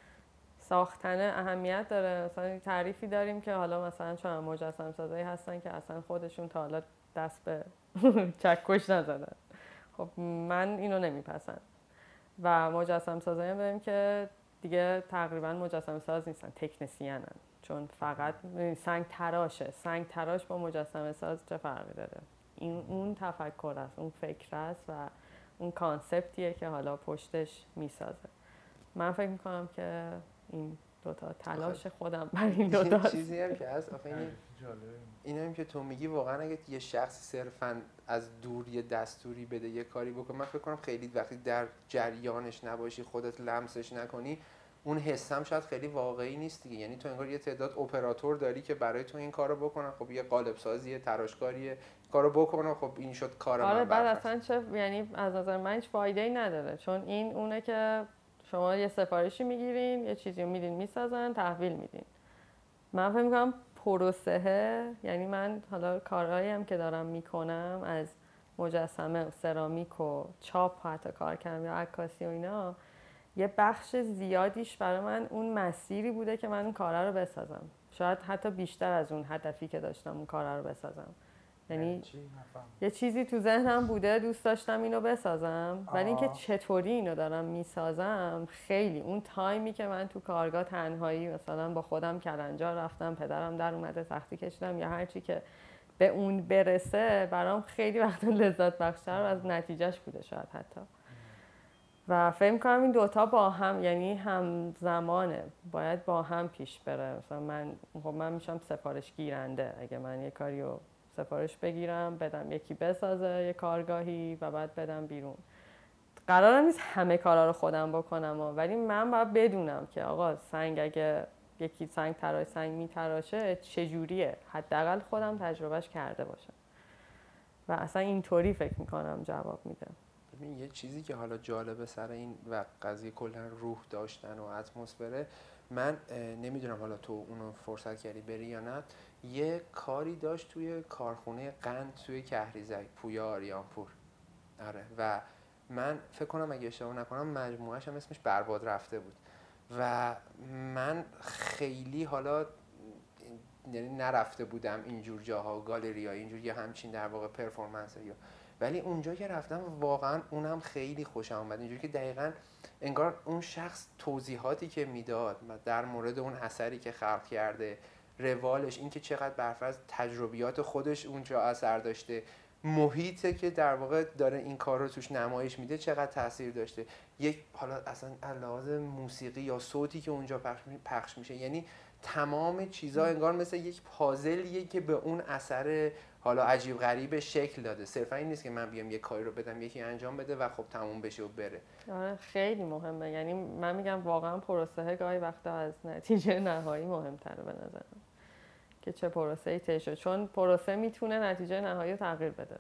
ساختن اهمیت داره. مثلا تعریفی داریم که حالا مثلا چون مجسمه سازایی هستن که اصلا خودشون تا حالا دست به چکش نزدن، خب من اینو نمیپسند. و مجسمه سازایی هم داریم که دیگه تقریبا مجسمه ساز نیستن، تکنسینن، چون فقط سنگ تراش با مجسمه ساز چه فرقی داره؟ این اون تفکر است، اون فکر است و اون کانسپتیه که حالا پشتش میسازه. من فکر میکنم که این دوتا تلاش خودم بر این دوتا چیزی هم که هست آخه این هم که تو میگی واقعا اگه یه شخص صرفاً از دور یه دستوری بده یه کاری بکنه، من فکر کنم خیلی وقتی در جریانش نباشی، خودت لمسش نکنی، اون حس هم شاید خیلی واقعی نیست دیگه. یعنی تو انگار یه تعداد اپراتور داری که برای تو این کارو بکنن، خب یه قالب سازیه، تراشکاریه، کارو بکنن، خب این شد کار من. آره بعد اصلا چه، یعنی از نظر من هیچ فایده‌ای نداره، چون این اونه که شما یه سفارشی میگیرین، یه چیزی رو میدین میسازن، تحویل میدین. من فکر می‌کنم پروسه، یعنی من حالا کارهایی هم که دارم میکنم از مجسمه و سرامیک و چاپ حتی کار کردم یا عکاسی و اینا، یه بخش زیادیش برای من اون مسیری بوده که من اون کارا رو بسازم، شاید حتی بیشتر از اون هدفی که داشتم اون کارا رو بسازم. یعنی یه چیزی تو ذهنم بوده دوست داشتم اینو بسازم، ولی اینکه چطوری اینو دارم میسازم، خیلی اون تایمی که من تو کارگاه تنهایی مثلا با خودم کلنجار رفتم، پدرم در اومده سختی کشیدم یا هر چی که به اون برسه، برام خیلی وقت لذت بخشتر از نتیجهش بوده شاید حتی. و فکر می‌کنم این دوتا با هم، یعنی همزمانه، باید با هم پیش بره. مثلا من میشم سفارش گیرنده، اگه من یه کاری رو سفارش بگیرم بدم یکی بسازه یه کارگاهی و بعد بدم بیرون، قرار نیست همه کارا رو خودم بکنم ولی من باید بدونم که آقا سنگ، اگه یکی سنگ میتراشه چجوریه، حداقل خودم تجربهش کرده باشم و اصلا اینطوری فکر میکنم جواب میده. ببین یه چیزی که حالا جالبه سر این و قضیه کلا روح داشتن و اتمسفره، من نمیدونم حالا تو اونو فرصت کردی بری یا نه، یه کاری داشت توی کارخونه قند توی کهریزک، پویا آریانپور. آره و من فکر کنم اگه اشتباه نکنم مجموعه‌ش هم اسمش برباد رفته بود و من خیلی حالا یعنی نرفته بودم اینجور جاها، گالری‌ها اینجور یا همچین در واقع پرفورمنس یا، ولی اونجا که رفتم واقعا اونم خیلی خوشم اومد، اینجوری که دقیقاً انگار اون شخص توضیحاتی که میداد در مورد اون اثری که خلق کرده، روالش، این که چقدر برفرض تجربیات خودش اونجا اثر داشته، محیطه که در واقع داره این کار رو توش نمایش میده چقدر تاثیر داشته، یک حالا اصلا لحاظ موسیقی یا صوتی که اونجا پخش میشه، یعنی تمام چیزا انگار مثل یک پازلیه که به اون اثر حالا عجیب غریب شکل داده. صرفا این نیست که من بیام یه کاری رو بدم یکی انجام بده و خب تموم بشه و بره. آره خیلی مهمه. یعنی من میگم واقعا پروسه گاهی وقتا از نتیجه نهایی مهمتره به نظرم، که چه پروسه‌ای طی شد، چون پروسه میتونه نتیجه نهایی رو تغییر بده.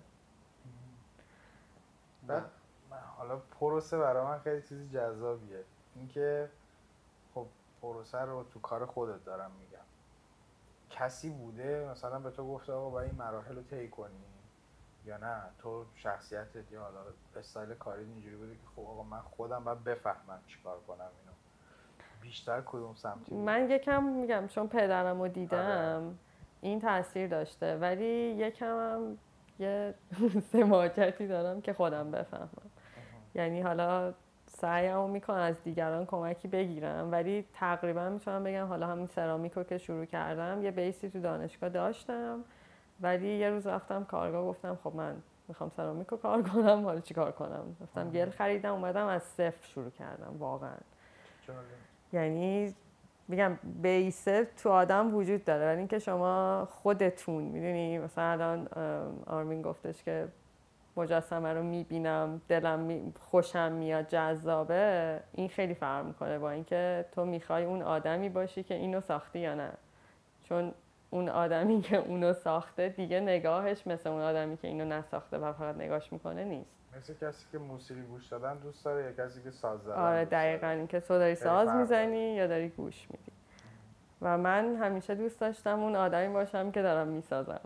حالا پروسه برای من خیلی چیز جذابیه، اینکه خب پروسه رو تو کار خودت دارم میگم، کسی بوده مثلا به تو گفته آقا باید این مراحل رو طی کنی، یا نه تو شخصیتت یا حالا استایل کاری اینجوری بوده که خب آقا من خودم باید بفهمم چیکار کنم؟ اینو بیشتر کدوم سمتی بود؟ من یکم میگم چون پدرم رو دیدم این تاثیر داشته، ولی یکم هم یه سماجتی دارم که خودم بفهمم. یعنی حالا سعیمو میکنم از دیگران کمکی بگیرم، ولی تقریبا میتونم بگم حالا همین سرامیکو که شروع کردم یه بیسی تو دانشگاه داشتم، ولی یه روز رفتم کارگاه گفتم خب من میخوام سرامیکو کار کنم، حالا چی کار کنم؟ رفتم گل خریدم اومدم از صفر شروع کردم واقعا. یعنی میگم بیسه تو آدم وجود داره، ولی اینکه شما خودتون میدونی. مثلا الان آرمین گفتش که مجسمه رو میبینم دلم خوشم میاد جذابه، این خیلی فرق میکنه با اینکه تو میخوای اون آدمی باشی که اینو ساختی یا نه. چون اون آدمی که اونو ساخته دیگه نگاهش مثل اون آدمی که اینو نساخته و فقط نگاهش میکنه نیست. مثل کسی که موسیقی گوش دادن دوست داره یا کسی که ساز زدن؟ آره دقیقاً، این که تو داری ساز میزنی یا داری گوش میدی. و من همیشه دوست داشتم اون آدمی باشم که دارم میسازم.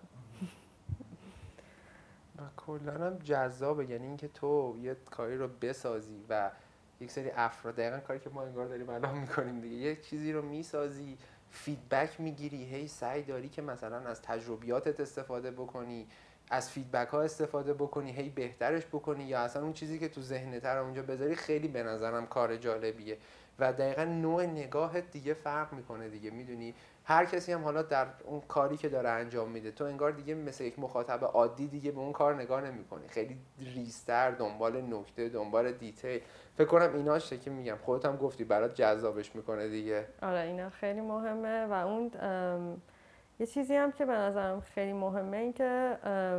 و کلاً هم جذابه، یعنی اینکه تو یه کاری رو بسازی و یک سری افراد، دقیقاً کاری که ما انگار داریم الان میکنیم دیگه، یک چیزی رو میسازی، فیدبک میگیری، هی سعی داری که مثلا از تجربیاتت استفاده بکنی، از فیدبک ها استفاده بکنی، هی بهترش بکنی، یا اصلا اون چیزی که تو ذهنت رو اونجا بذاری. خیلی به نظرم کار جالبیه و دقیقاً نوع نگاهت دیگه فرق میکنه دیگه. میدونی هر کسی هم حالا در اون کاری که داره انجام میده، تو انگار دیگه مثل یک مخاطب عادی دیگه به اون کار نگاه نمی‌کنی، خیلی ریزتر دنبال نکته، دنبال دیتیل. فکر کنم ایناشه که میگم خودت هم گفتی برات جذابش میکنه دیگه. آره اینا خیلی مهمه. و اون یه چیزی هم که به نظرم خیلی مهمه این که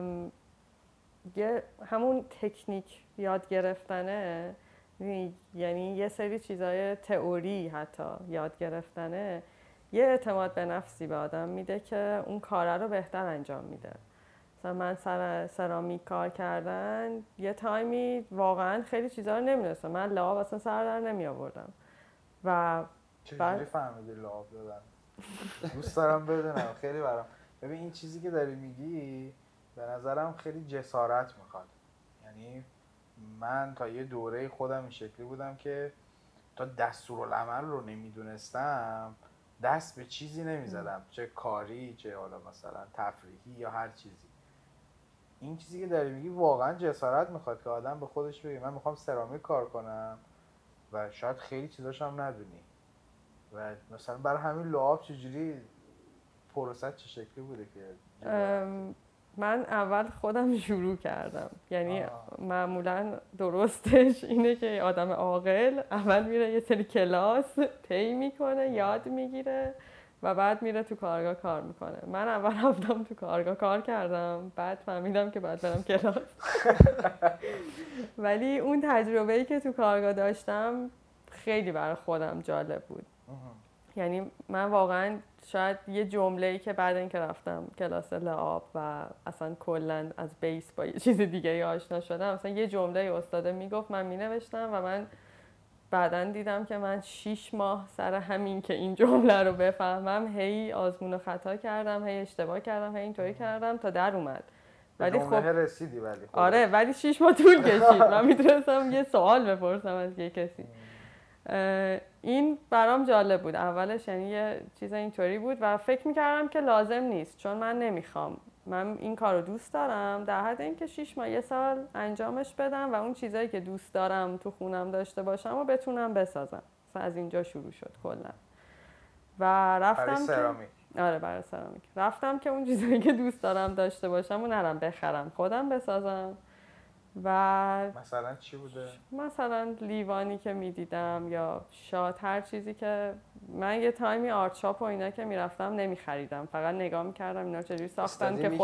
همون تکنیک یاد گرفتنه، یعنی یه سری چیزای تئوری حتی یاد گرفتنه یه اعتماد به نفسی به آدم میده که اون کاره رو بهتر انجام میده. مثلا من سر سرامیک کار کردن یه تایمی واقعا خیلی چیزا رو نمیدونستم، من لعاب اصلا سر در نمی آوردم و چجوری فهمیدی لعاب دادن؟ دوست دارم بدونم، خیلی برام. ببین این چیزی که داری میگی به نظرم خیلی جسارت میخواد. یعنی من تا یه دوره خودم این شکلی بودم که تا دستورالعمل رو نمیدونستم دست به چیزی نمیزدم، چه کاری چه حالا مثلا تفریحی یا هر چیزی. این چیزی که داری میگی واقعا جسارت میخواد که آدم به خودش بگه من میخوام سرامیک کار کنم و شاید خیلی چیزاش هم ندونی. و مثلا برای همین لعاب چجوری پروسه چه شکلی بوده که من اول خودم شروع کردم. یعنی معمولا درستش اینه که آدم عاقل اول میره یه سری کلاس طی میکنه، یاد میگیره و بعد میره تو کارگاه کار میکنه. من اول رفتم تو کارگاه کار کردم، بعد فهمیدم که باید برم کلاس. ولی اون تجربه‌ای که تو کارگاه داشتم خیلی برای خودم جالب بود. یعنی من واقعا شاید یه جمله‌ای که بعد اینکه رفتم کلاس لعاب و اصلا کلاً از بیس با یه چیز دیگه آشنا شدم، مثلا یه جمله استاد میگفت من مینوشتم و من بعداً دیدم که من 6 ماه سر همین که این جمله رو بفهمم هی آزمون و خطا کردم، هی اشتباه کردم، هی اینطوری کردم تا در اومد. ولی خب رسیدی. ولی آره ولی 6 ماه طول کشید. من میتونستم یه سوال بپرسم از یه کسی. این برام جالب بود اولش، یعنی یه چیز اینطوری بود و فکر میکردم که لازم نیست چون من نمیخوام، من این کار رو دوست دارم در حد اینکه 6 ماه یه سال انجامش بدم و اون چیزایی که دوست دارم تو خونم داشته باشم و بتونم بسازم. از اینجا شروع شد کلا. و رفتم برای سرامیک. آره برای سرامیک رفتم که اون چیزایی که دوست دارم داشته باشم و نرم بخرم، خودم بسازم. و مثلا چی بوده؟ مثلا لیوانی که میدیدم یا شاد، هر چیزی که من یه تایمی آرت شاپ و اینا که میرفتم نمیخریدم، فقط نگاه میکردم اینا چجوری ساختن که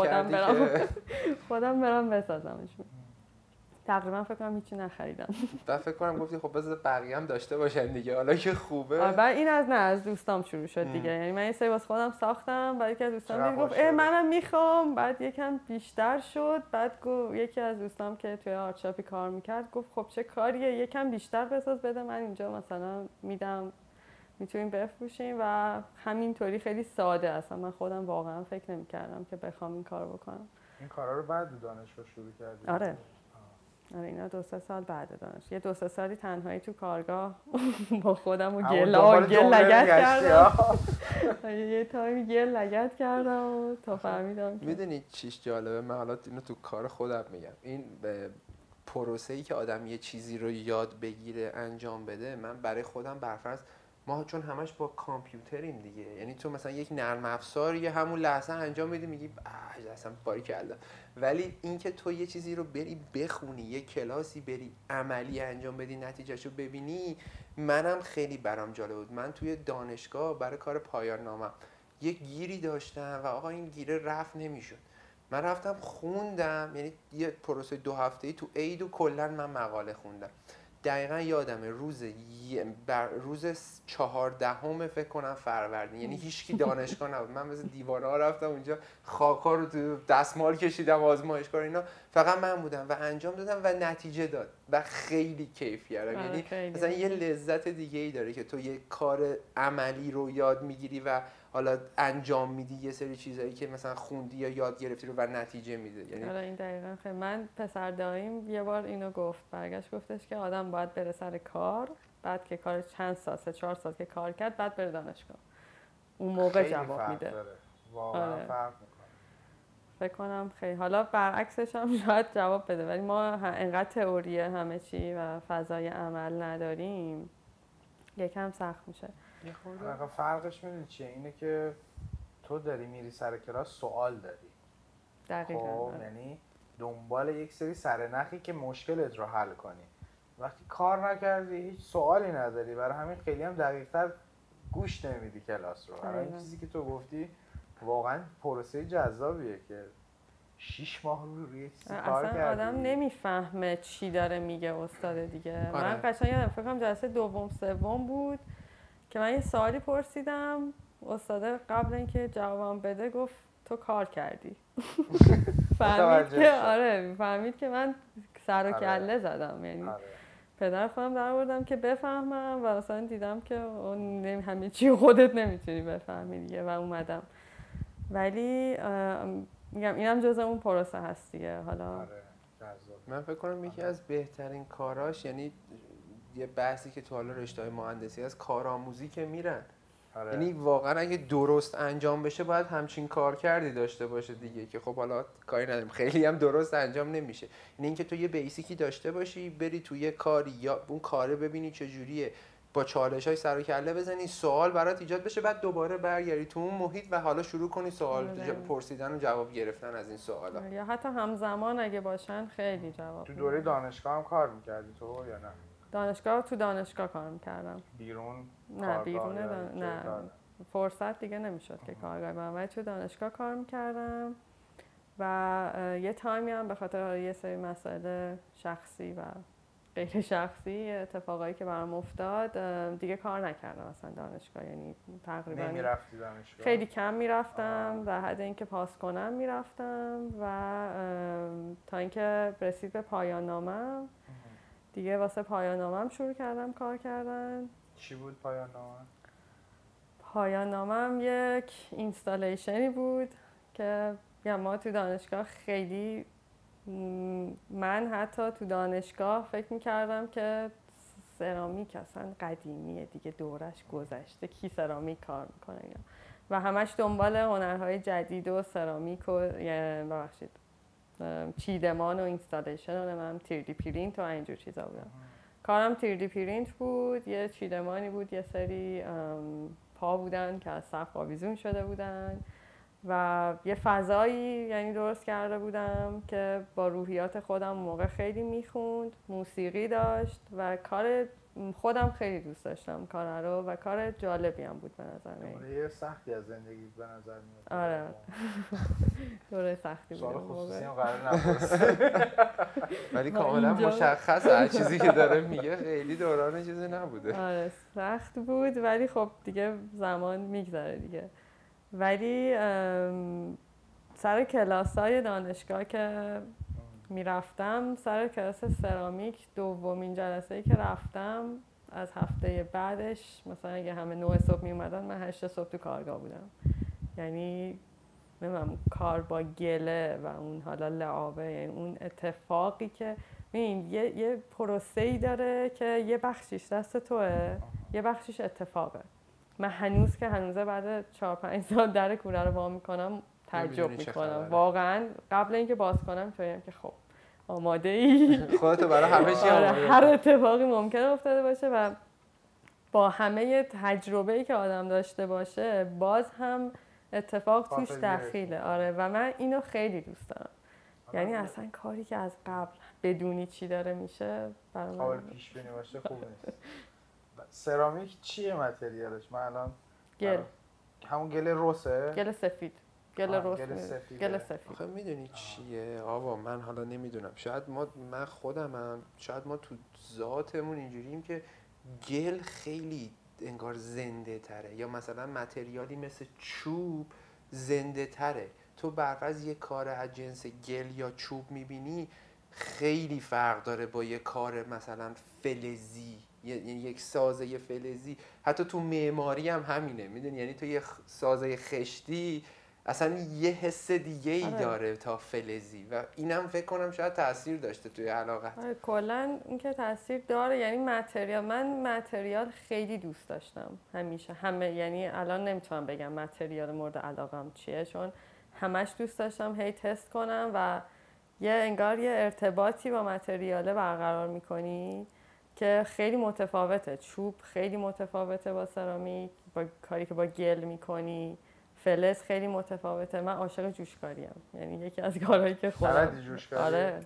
خودم برم بسازمش. تقریبا فکر کنم هیچی نخریدم. بعد فکر کنم گفتی خب بذار بقیه هم داشته باشن دیگه، حالا که خوبه. بعد این از دوستام شروع شد دیگه. یعنی من یه سری واسه خودم ساختم، بعد یکی از دوستام گفت منم میخوام، بعد یکم بیشتر شد، بعد یکی از دوستام که توی آرت شاپی کار میکرد گفت خب چه کاریه، یکم بیشتر بساز بده من اینجا مثلا میدم میتونیم بفروشیم. و همینطوری خیلی ساده، اصلا من خودم واقعا فکر نمی‌کردم که بخوام این کارو بکنم. این کارا رو بعد دانشگاه شروع کردی؟ آره اینا 2-3 سال بعد دانش، یه 2-3 سالی تنهایی تو کارگاه با خودم و گل لگد کردم. یه تایمی گل لگد کردم و تا فهمیدم. میدونی چیش جالبه؟ من حالا اینو تو کار خودم میگم، این پروسه‌ای که آدم یه چیزی رو یاد بگیره انجام بده، من برای خودم برفرض ما چون همش با کامپیوتریم دیگه، یعنی تو مثلا یک نرم افزار یه همون لحظه انجام میدی میگی اصلا باریکلا، ولی اینکه تو یه چیزی رو بری بخونی، یه کلاسی بری عملی انجام بدی، نتیجهشو ببینی، منم خیلی برام جالب بود. من توی دانشگاه برای کار پایان نامم یه گیری داشتم و آقا این گیره رفع نمیشد. من رفتم خوندم، یعنی یه پروسه 2 هفته‌ای تو عید و کلا من مقاله خوندم. دقیقا یادمه روز 14 فکر کنم فروردین، یعنی هیچکی دانشگاه نبود، من مثل دیوانه ها رفتم اونجا خاک‌ها رو تو دستمال کشیدم، آزمایشگاه اینا فقط من بودم و انجام دادم و نتیجه داد و خیلی کیف کردم. یعنی مثلا یه لذت دیگه ای داره که تو یه کار عملی رو یاد میگیری و حالا انجام میدی، یه سری چیزایی که مثلا خوندی یا یاد گرفتی رو و نتیجه میده. یعنی این دقیقاً خیلی. من پسر داییم یه بار اینو برگشت گفتش که آدم باید بره سر کار، بعد که کار چند سال 3-4 سال که کار کرد بعد بره دانشگاه، اون موقع جواب میده. واقعا فرق میکنه. فکر کنم خیلی حالا برعکسش هم شاید جواب بده، ولی ما انقدر تئوریه همه چی و فضای عمل نداریم، یکم سخت میشه. یه خورده فرقش میدونی چیه؟ اینه که تو داری میری سر کلاس سوال داری. دقیقاً. یعنی دنبال یک سری سرنخی که مشکلت رو حل کنی. وقتی کار نکردی هیچ سوالی نداری، برای همین خیلی هم دقیق‌تر گوش نمیدی کلاس رو. برای این چیزی که تو گفتی واقعا پروسه جذابیه که 6 ماه روی چیزی کار کردی. اصلا آدم نمیفهمه چی داره میگه استاد دیگه. من قشنگ یادم فکر کنم جلسه دوم سوم بود که من یه سوالی پرسیدم، استاد قبل اینکه جوابم بده گفت تو کار کردی. فهمید که من سر و کله زدم. یعنی پدر خودم در آوردم که بفهمم و مثلا دیدم که همه چی خودت نمیتونی بفهمی دیگه و اومدم. ولی میگم اینم جزء اون پروسه هست دیگه. حالا من فکر کنم یکی از بهترین کاراش، یعنی یه بحثی که تو حالا رشته‌های مهندسی از کارآموزی که میرن، یعنی واقعا اگه درست انجام بشه باید همچین کار کردی داشته باشه دیگه، که خب حالا کاری نداریم خیلی هم درست انجام نمیشه. یعنی اینکه تو یه بیسیکی داشته باشی، بری تو یه کاری یا اون کاره ببینی چجوریه، با چالش‌های سر و کله بزنی، سوال برات ایجاد بشه، بعد دوباره برگردی تو اون محیط و حالا شروع کنی سوال پرسیدن و جواب گرفتن از این سوالا. یا حتی همزمان اگه باشن خیلی جواب. تو دوره دانشگاه هم کار می‌کردی تو یا نه؟ تو دانشگاه کار می‌کردم. بیرون؟ نه بیرون نه فرصت دیگه نمیشد که کارگاه برم، ولی تو دانشگاه کار می‌کردم و یه تایمی هم به خاطر یه سری مسائل شخصی و غیر شخصی اتفاقایی که برام افتاد دیگه کار نکردم اصلا دانشگاه. یعنی تقریبا نمیرفتی دانشگاه؟ خیلی کم میرفتم، در حد اینکه پاس کنم میرفتم و تا اینکه رسید به پایان نامم دیگه واسه پایان نامم شروع کردم کار کردن. چی بود پایان نامه؟ پایان نامم یک اینستالیشنی بود که ما تو دانشگاه خیلی، من حتی تو دانشگاه فکر میکردم که سرامیک اصلا قدیمیه دیگه، دورش گذشته، کی سرامیک کار میکنه اینا، و همش دنبال هنرهای جدید و سرامیک و چیدمان و اینستالیشن و من 3D پرینت و اینجور چیزا بودم. کارم 3D پرینت بود، یه چیدمانی بود، یه سری پا بودن که از سقف آویزون شده بودن و یه فضایی یعنی درست کرده بودم که با روحیات خودم موقع خیلی میخوند، موسیقی داشت و کار خودم خیلی دوست داشتم کار رو و کار جالبی هم بود به نظر من. یه سختی از زندگی به نظر میاد. آره دوره سختی بود. سوال خصوصی هم قرار نپرسه ولی کاملا مشخصه هر چیزی که داره میگه خیلی دوران چیزی نبوده. آره سخت بود ولی خب دیگه زمان میگذره دیگه. ولی سر کلاسای دانشگاه که میرفتم، سر کلاس سرامیک دومین جلسه‌ای که رفتم از هفته بعدش، مثلا اگه همه 9 صبح می اومدن من 8 صبح تو کارگاه بودم. یعنی نمیدونم کار با گله و اون حالا لعابه، یعنی اون اتفاقی که ببین یه پروسه‌ای داره که یه بخشیش دست توئه، یه بخشیش اتفاقه. من هنوز که هنوزه بعد 4-5 سال در کوره رو وا میکنم تعجب میکنم واقعا. قبل اینکه باز کنم تویم که خب آماده ای خودتو برای همه چی آماده. هر اتفاقی ممکنه افتاده باشه و با همه تجربه‌ای که آدم داشته باشه باز هم اتفاق توش دخیله. آره و من اینو خیلی دوست دارم. یعنی اصلا کاری که از قبل بدونی چی داره میشه برای من قابل پیش بینی باشه خوب نیست. سرامیک چیه متریالش؟ من الان گل، همون گل رسه؟ گل سفید، گل رس، گل سفید. آخه میدونی چیه آبا، من حالا نمیدونم، شاید من خودمم، شاید ما تو ذاتمون اینجوریم که گل خیلی انگار زنده تره، یا مثلا متریالی مثل چوب زنده تره. تو برفرض یه کار از جنس گل یا چوب میبینی خیلی فرق داره با یه کار مثلا فلزی، یک سازه فلزی. حتی تو معماری هم همینه، میدونی، یعنی تو یه سازه خشتی اصلا یه حس دیگه ای داره تا فلزی و اینم فکر کنم شاید تاثیر داشته توی علاقت. کلا این که تاثیر داره. یعنی من متریال خیلی دوست داشتم همیشه، همه، یعنی الان نمیتونم بگم متریال مورد علاقم چیه، چون همش دوست داشتم هی تست کنم و انگار یه ارتباطی با متریاله برقرار میکنی که خیلی متفاوته. چوب خیلی متفاوته با سرامیک، با کاری که با گل میکنی. فلز خیلی متفاوته. من عاشق جوشکاریم، یعنی یکی از کارهایی که خودم آره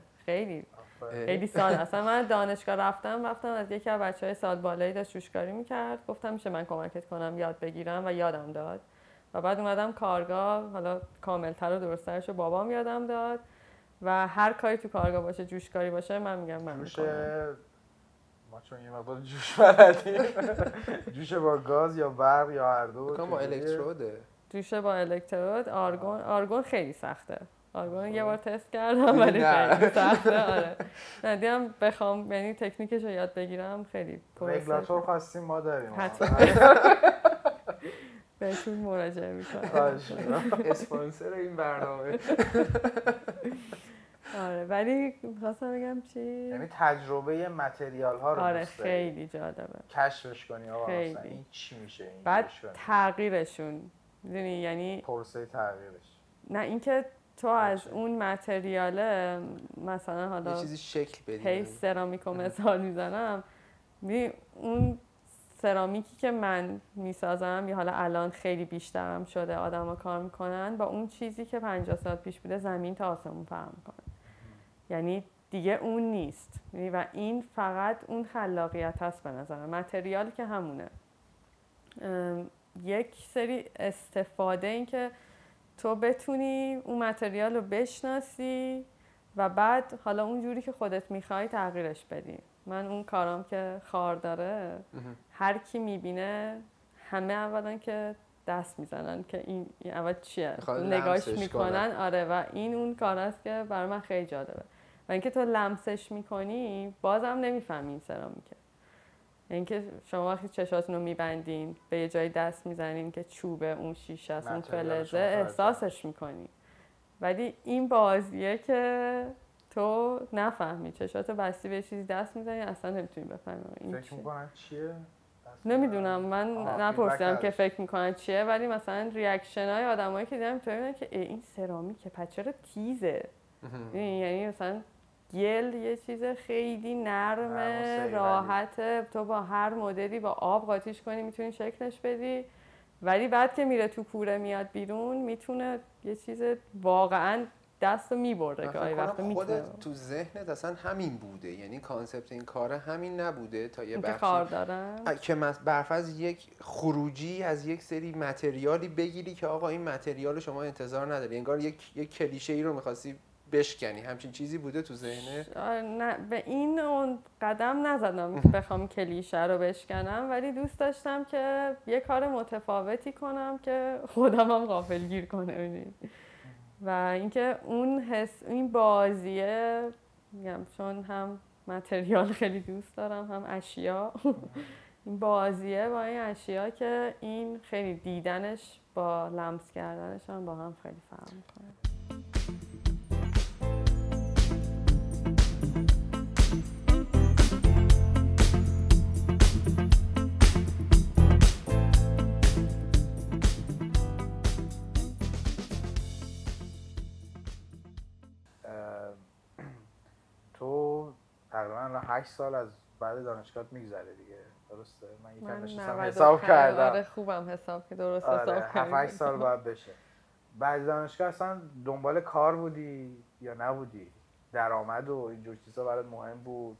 خیلی سال اصلا من دانشگاه رفتم از یکی از بچهای سال بالایی داشت جوشکاری میکرد، گفتم میشه من کمکت کنم یاد بگیرم و یادم داد و بعد اومدم کارگاه، حالا کاملتر و درست‌ترش رو بابام یادم داد و هر کاری تو کارگاه باشه جوشکاری باشه من میگم من میکنم. ما چون یه مقدار جوش بلدیم جوش با گاز یا برق یا هر دو با الکتروده. جوش با الکترود. آرگون خیلی سخته. آرگون یه بار تست کردم ولی خیلی سخته. آره ندیدم بخوام یعنی تکنیکش رو یاد بگیرم خیلی پروسه. رگولاتور خواستیم ما داریم حتما بهتون مراجعه میکنم. اسپانسر این برنامه. آره ولی خواستم بگم چی؟ یعنی تجربه متریال ها رو آره خیلی جالبه کشفش کنی آقا اصلا این چی میشه، این بعد تغییرشون میدونی، یعنی پروسه تغییرش، نه اینکه تو از اون متریاله مثلا حالا یه چیزی شکل بدی. هی سرامیکو مثال میزنم، اون سرامیکی که من میسازم یا حالا الان خیلی بیشترم شده آدما کار میکنن با اون چیزی که 50 سال پیش بوده زمین تا آسمون فرق میکنه. یعنی دیگه اون نیست و این فقط اون خلاقیت هست به نظرم. متریال که همونه، یک سری استفاده این که تو بتونی اون متریال رو بشناسی و بعد حالا اون جوری که خودت میخوای تغییرش بدی. من اون کارام که خار داره هر کی میبینه همه اولا که دست میزنن که این اول چیه نگاش میکنن. آره و این اون کار است که برای من خیلی جالبه و اینکه تو لمسش میکنی بازم نمیفهمی این سرامیکه. اینکه شما وقتی چشاتون رو میبندین به یه جایی دست میزنین که چوبه اون شیشه است اون فلزه احساسش میکنی، ولی این بازیه که تو نفهمی، چشاتو بستی به چیزی دست میزنی اصلا نمیتونی بفهمی این فکر میکنن چیه. نمیدونم، من نپرسیدم که فکر میکنن چیه، ولی مثلا ریاکشن های آدمایی که دیدم میگن که این سرامیکه پس چرا تیزه. یعنی مثلا گل یه چیز خیلی نرمه راحته، تو با هر مدلی با آب قاطیش کنی میتونی شکلش بدی ولی بعد که میره تو کوره میاد بیرون میتونه یه چیز واقعا دستو میبره گاهی وقتا میتونه. خودت تو ذهنت اصلا همین بوده، یعنی کانسپت این کاره همین نبوده تا یه بخشی کار دارم که برفرض یک خروجی از یک سری متریالی بگیری که آقا این متریال شما انتظار نداری، انگار یک کلیشه ای رو می‌خواستی بشکنی، همچین چیزی بوده تو ذهنت؟ نه به این اون قدم نزدم که بخوام کلیشه رو بشکنم، ولی دوست داشتم که یه کار متفاوتی کنم که خودم هم غافلگیر کنه. و اینکه اون حس، این بازیه، میگم چون هم متریال خیلی دوست دارم هم اشیا این بازیه با این اشیا که این خیلی دیدنش با لمس کردنش هم با هم خیلی فرق میکنه. تو تقریبا 8 سال از بعد دانشگاه میگذره دیگه، درسته؟ من یکم نشستم حساب کردم. آره خوبم حساب که درست حساب کردم. 8 سال بعد بشه. بعد دانشگاه اصلا دنبال کار بودی یا نبودی؟ درآمد و اینجور چیزا برات مهم بود؟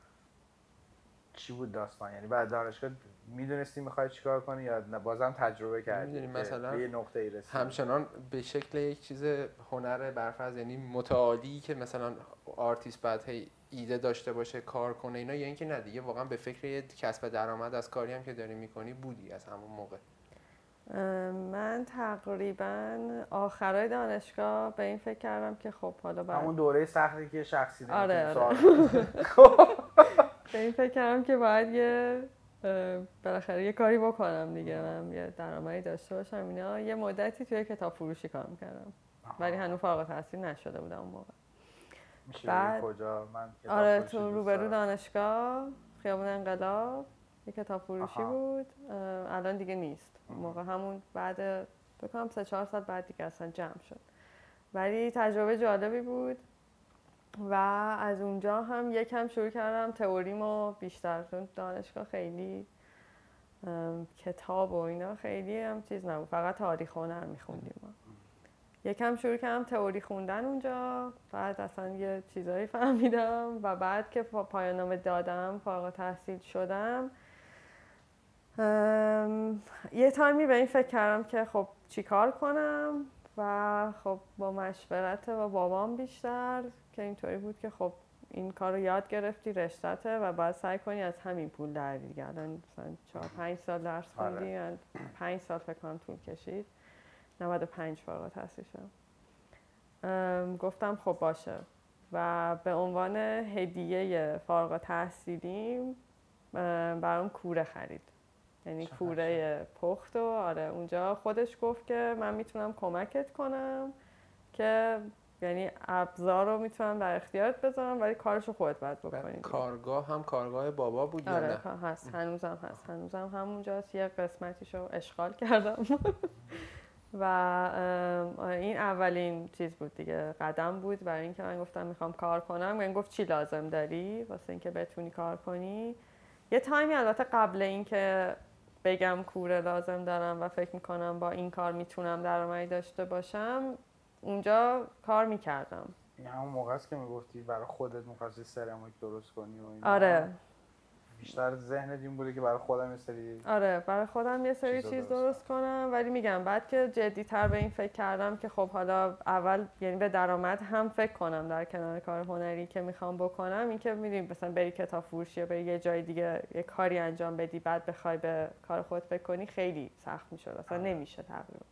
چی بود داستان؟ یعنی بعد دانشگاه میدونستی میخوای چیکار کنی یا بازم تجربه کردی؟ میدونی مثلا به یه نقطه‌ای رسیدی همچنان به شکل یک چیز هنر برفرض، یعنی متعالی که مثلا آرتیست بعد هی ایده داشته باشه کار کنه اینا، یا اینکه نه دیگه واقعا به فکر یه کسب درآمد از کاری هم که داری میکنی بودی از همون موقع؟ من تقریبا آخرای دانشگاه به این فکر کردم که خب حالا بعد همون دوره سختی که شخصی آره. به این فکر کردم که باید یه بالاخره یه کاری بکنم دیگه، من یه درآمدی داشته باشم اینا. یه مدتی توی کتاب فروشی کار میکردم ولی هنوز فارغ التحصیل نشده بودم اون موقع. بعد کجا؟ من آره تو روبرو دانشگاه خیابون انقلاب یه کتاب فروشی بود، الان دیگه نیست. اون موقع همون بعد بکنم 3-4 سال بعد دیگه اصلا جمع شد، ولی تجربه جالبی بود. و از اونجا هم یکم شروع کردم تئوریمو بیشتر، چون دانشگاه خیلی کتاب و اینا خیلی هم چیز نبود، فقط تاریخ و هنر میخوندیم ما. یکم شروع کردم تئوری خوندن اونجا، بعد اصلا یه چیزایی فهمیدم و بعد که پایان نامه دادم فارغ التحصیل شدم یه تایمی به این فکر کردم که خب چی کار کنم و خب با مشورت با بابام بیشتر که اینطوری بود که خب این کار رو یاد گرفتی رشته‌ته و باید سعی کنی از همین پول در دیگه. الان مثلا 4-5 سال درس خوندی، 5 سال فکر کنم طول کشید، 95 فارغ التحصیل شدم. گفتم خب باشه و به عنوان هدیه فارغ التحصیلیم برام کوره خرید، یعنی کوره پخت. و آره اونجا خودش گفت که من میتونم کمکت کنم که یعنی ابزار رو میتونم در اختیارت بذارم ولی کارشو خودت باید بکنی. کارگاه هم کارگاه بابا بود یا نه؟ آره هست، هنوزم هست، هنوزم همونجاست. یه قسمتیشو اشغال کردم و این اولین چیز بود دیگه، قدم بود برای اینکه من گفتم میخوام کار کنم. من گفت چی لازم داری واسه اینکه بتونی کار کنی. یه تایمی البته قبل اینکه بگم کوره لازم دارم و فکر میکنم با این کار میتونم درآمدی داشته باشم اونجا کار میکردم. این همون موقع است که میگفتی برای خودت می‌خواستی سرامیک درست کنی و اینا؟ آره بیشتر ذهنت این بوده که برای خودم یه سری برای خودم یه سری چیز درست کنم. ولی میگم بعد که جدی‌تر به این فکر کردم که خب حالا اول یعنی به درآمد هم فکر کنم در کنار کار هنری که میخوام بکنم. این که میدونی مثلا بری کتاب فروشی یا بری یه جای دیگه یه کاری انجام بدی بعد بخوای به کار خودت فکر کنی خیلی سخت میشه، اصلا نمیشه تقریبا.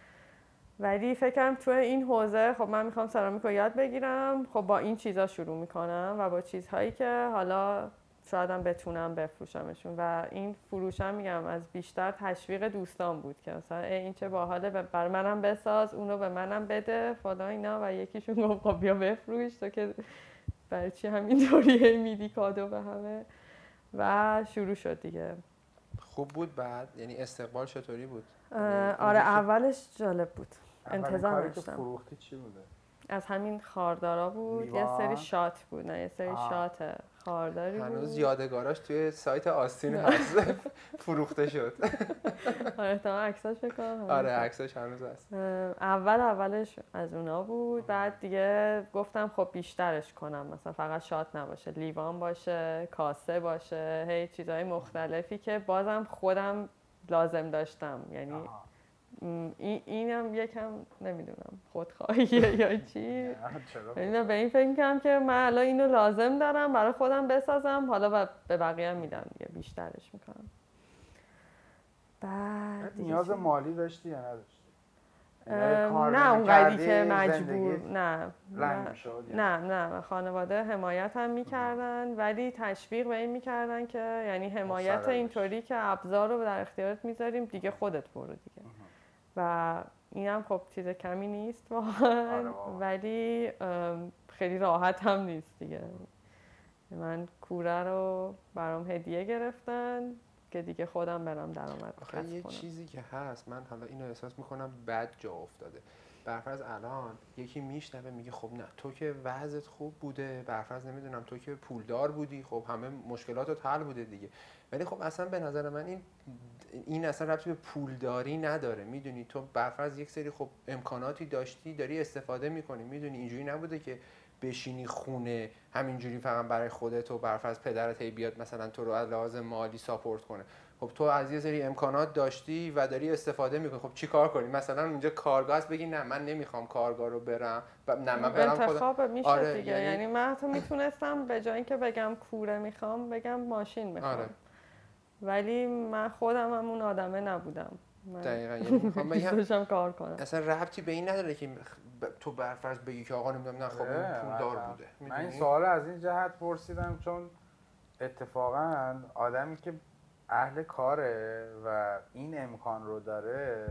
ولی فکرم توی این حوزه خب من میخوام سرامیک رو یاد بگیرم، خب با این چیزا شروع میکنم و با چیزهایی که حالا شایدم بتونم بفروشمشون. و این فروشم میگم از بیشتر تشویق دوستان بود که مثلا این چه باحاله برای منم بساز، اونو به منم بده فلان اینا. و یکیشون گفت خب بیا بفروش تو که برای چی همینطوری میدی کادو به همه. و شروع شد دیگه. خوب بود بعد؟ یعنی استقبال چطوری بود؟ آره اولش جالب بود، انتظار داشتم. داشتم. فروختی چی بوده؟ از همین خاردارا بود. لیوان؟ یه سری شات بود، نه یه سری شات خارداری بود. هنوز یادگاراش توی سایت آستین هست فروخته شد. آره احتمال عکساش بکنم. آره عکساش هنوز هست. اولش از اونا بود. بعد دیگه گفتم خب بیشترش کنم، مثلا فقط شات نباشه، لیوان باشه، کاسه باشه، هی چیزهای مختلفی که بازم خودم لازم داشتم. یعنی اینم یکم نمیدونم خودخواهیه یا چی. یعنی به این فکر می‌کردم که من الان اینو لازم دارم برای خودم بسازم، حالا به بقیه میدم دیگه، بیشترش میکنم. بعد نیاز مالی داشتی یا نداشتی؟ نه اونقدری که مجبور. نه خانواده حمایت هم میکردن، ولی تشویق به این میکردن که یعنی حمایت اینطوری که ابزار رو در اختیارت میذاریم دیگه، خودت برو دیگه. و اینم خب چیز کمی نیست واقعا، ولی خیلی راحت هم نیست دیگه. من کوره رو برام هدیه گرفتن که دیگه خودم برام درآمد کسب کنم. یه چیزی که هست، من حالا اینو احساس میکنم بد جا افتاده. برفرض الان یکی میشنوه میگه خب نه تو که وضعت خوب بوده، برفرض نمیدونم تو که پولدار بودی، خب همه مشکلاتت حل بوده دیگه. ولی خب اصلا به نظر من این اصلا ربطی به پولداری نداره. میدونی تو برفرض یک سری خب امکاناتی داشتی، داری استفاده میکنی. میدونی اینجوری نبوده که بشینی خونه همینجوری فقط برای خودت و برفرض پدرت هی بیاد مثلا تو رو از لحاظ مالی ساپورت کنه. خب تو از یه سری امکانات داشتی و داری استفاده میکنی. خب چی کار کنی؟ مثلا اونجا کارگاه است بگی نه من نمیخوام کارگاه رو برم، نه من برم خودم. انتخاب میشه دیگه. یعنی من حتی میتونستم به جای اینکه بگم کوره میخوام بگم ماشین میخوام. آره. ولی من خودم هم اون آدمه نبودم. دقیقاً یعنی میخوام بگم دوستم کار کنم. اصلا ربطی به این نداره که تو برفرض بگی که آقا نمیدونم نه خب اون پولدار بوده. من این سوال از این جهت پرسیدم چون اتفاقا آدمی که اهل کاره و این امکان رو داره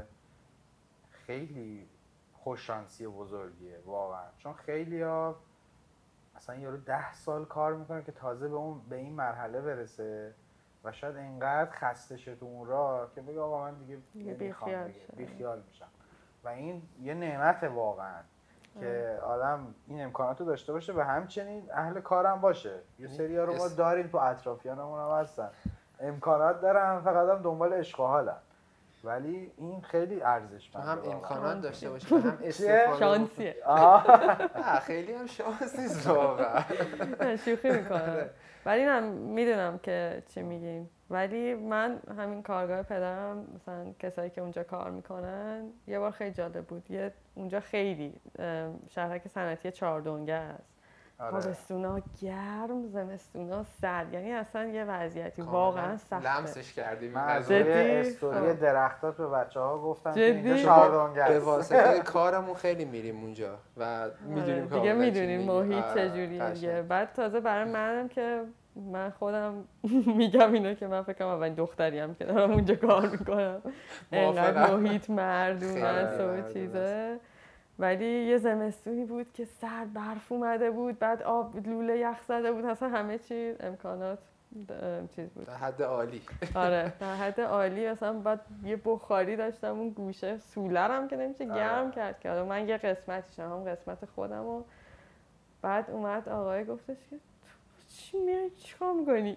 خیلی خوششانسی بزرگیه واقعا. چون خیلیا مثلا یارو 10 سال کار میکنه که تازه به این مرحله برسه و شاید اینقدر خسته شه تو اون راه که بگه آقا من دیگه بیخیال میشم. و این یه نعمت واقعا که آدم این امکاناتو داشته باشه و همچنین اهل کارم باشه. یه سری‌ها رو ما داریم تو اطرافیانمون هم هستن، امکانات دارن فقط هم دنبال عشق و حالن، ولی این خیلی ارزشمنده. هم امکانات داشته باشی و هم استفاده. شانسیه. نه خیلی هم شانس نیست واقعا. شوخی میکنم. ولی من میدونم که چی میگین. ولی من همین کارگاه پدرم، مثلا کسایی که اونجا کار میکنن، یه بار خیلی جالب بود. اونجا خیلی شهرک صنعتی 4 دنگه است. تابستونا گرم، زمستونا سرد، یعنی اصلا یه وضعیتی واقعا سخته. لمسش کردیم. من از استوری درختات به بچه‌ها گفتم که اینجا 4 دنگه است. به واسطه کارمون خیلی میریم اونجا و میدونیم دیگه میدونیم محیط چجوریه دیگه. بعد تازه برای منم که من خودم میگم اینو که من فکر کنم اولین دختریم که دارم اونجا کار میکنم. اینقدر محیط مردونه است و چیزه. ولی یه زمستونی بود که سرد، برف اومده بود، بعد آب لوله یخ زده بود، اصلا همه چی امکانات چیز بود در حد عالی. آره در حد عالی. مثلا بعد یه بخاری داشتم اون گوشه، سولرم که نمیشه گرم کرد که من یه قسمتیشم، هم قسمت خودم. و بعد اومد آقای گفتش که چی میای چیکار میکنی؟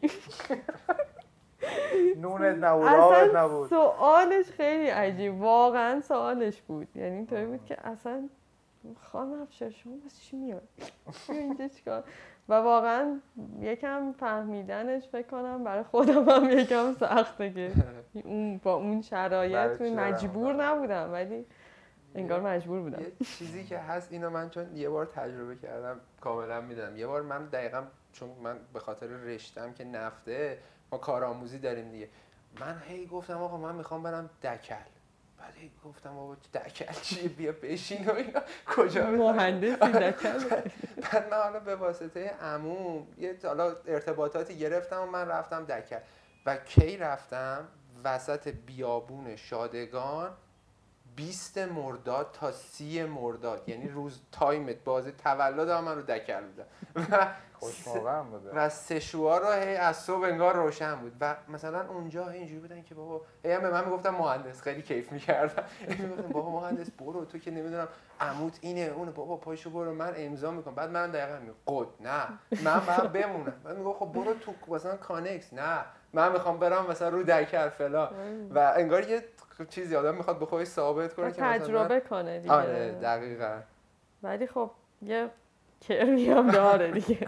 نونت نبود، آبت نبود. سوالش خیلی عجیب، واقعا سوالش بود. یعنی اینطوری بود که اصلا خانم افشار شما بس چی میاد اینجا چیکار؟ و واقعا یکم فهمیدنش فکر کنم برای خودم هم یکم سخته که با اون شرایط مجبور نبودم، ولی انگار مجبور بودم. یه چیزی که هست اینو من چون یه بار تجربه کردم کاملا میدونم. یه بار من دقیقاً چون من به خاطر رشتم که نفته ما کارآموزی داریم دیگه، من هی گفتم آقا من میخوام برم دکل. بعد هی گفتم آقا دکل چیه، بیا بشین و اینا کجا مهندسی دکل. بعد من حالا به واسطه عموم یه حالا ارتباطاتی گرفتم و من رفتم دکل. و کی رفتم؟ وسط بیابون شادگان 20 مرداد تا 30 مرداد، یعنی روز تایمت بازی تولد من رو دکل بودم. و خوش موقع هم بوده و سشوار رو هی از صبح انگار روشن بود و مثلا اونجا اینجوری بودن که بابا هی هم به من میگفتم مهندس، خیلی کیف می‌کردم. میگفتم بابا مهندس برو، تو که نمیدونم عموت اینه اونه، بابا پاشو برو من امضا میکنم. بعد من دقیقاً میگم قد نه من باید بمونم. بعد میگم خب برو تو مثلا کانکس، نه من میخوام برم مثلا رو دکر فلان. و انگار یه چیزی آدم میخواد به خودش ثابت کنه که مثلا تجربه کنه دیگه. آره دقیقاً. ولی خب یه کرمی هم داره دیگه.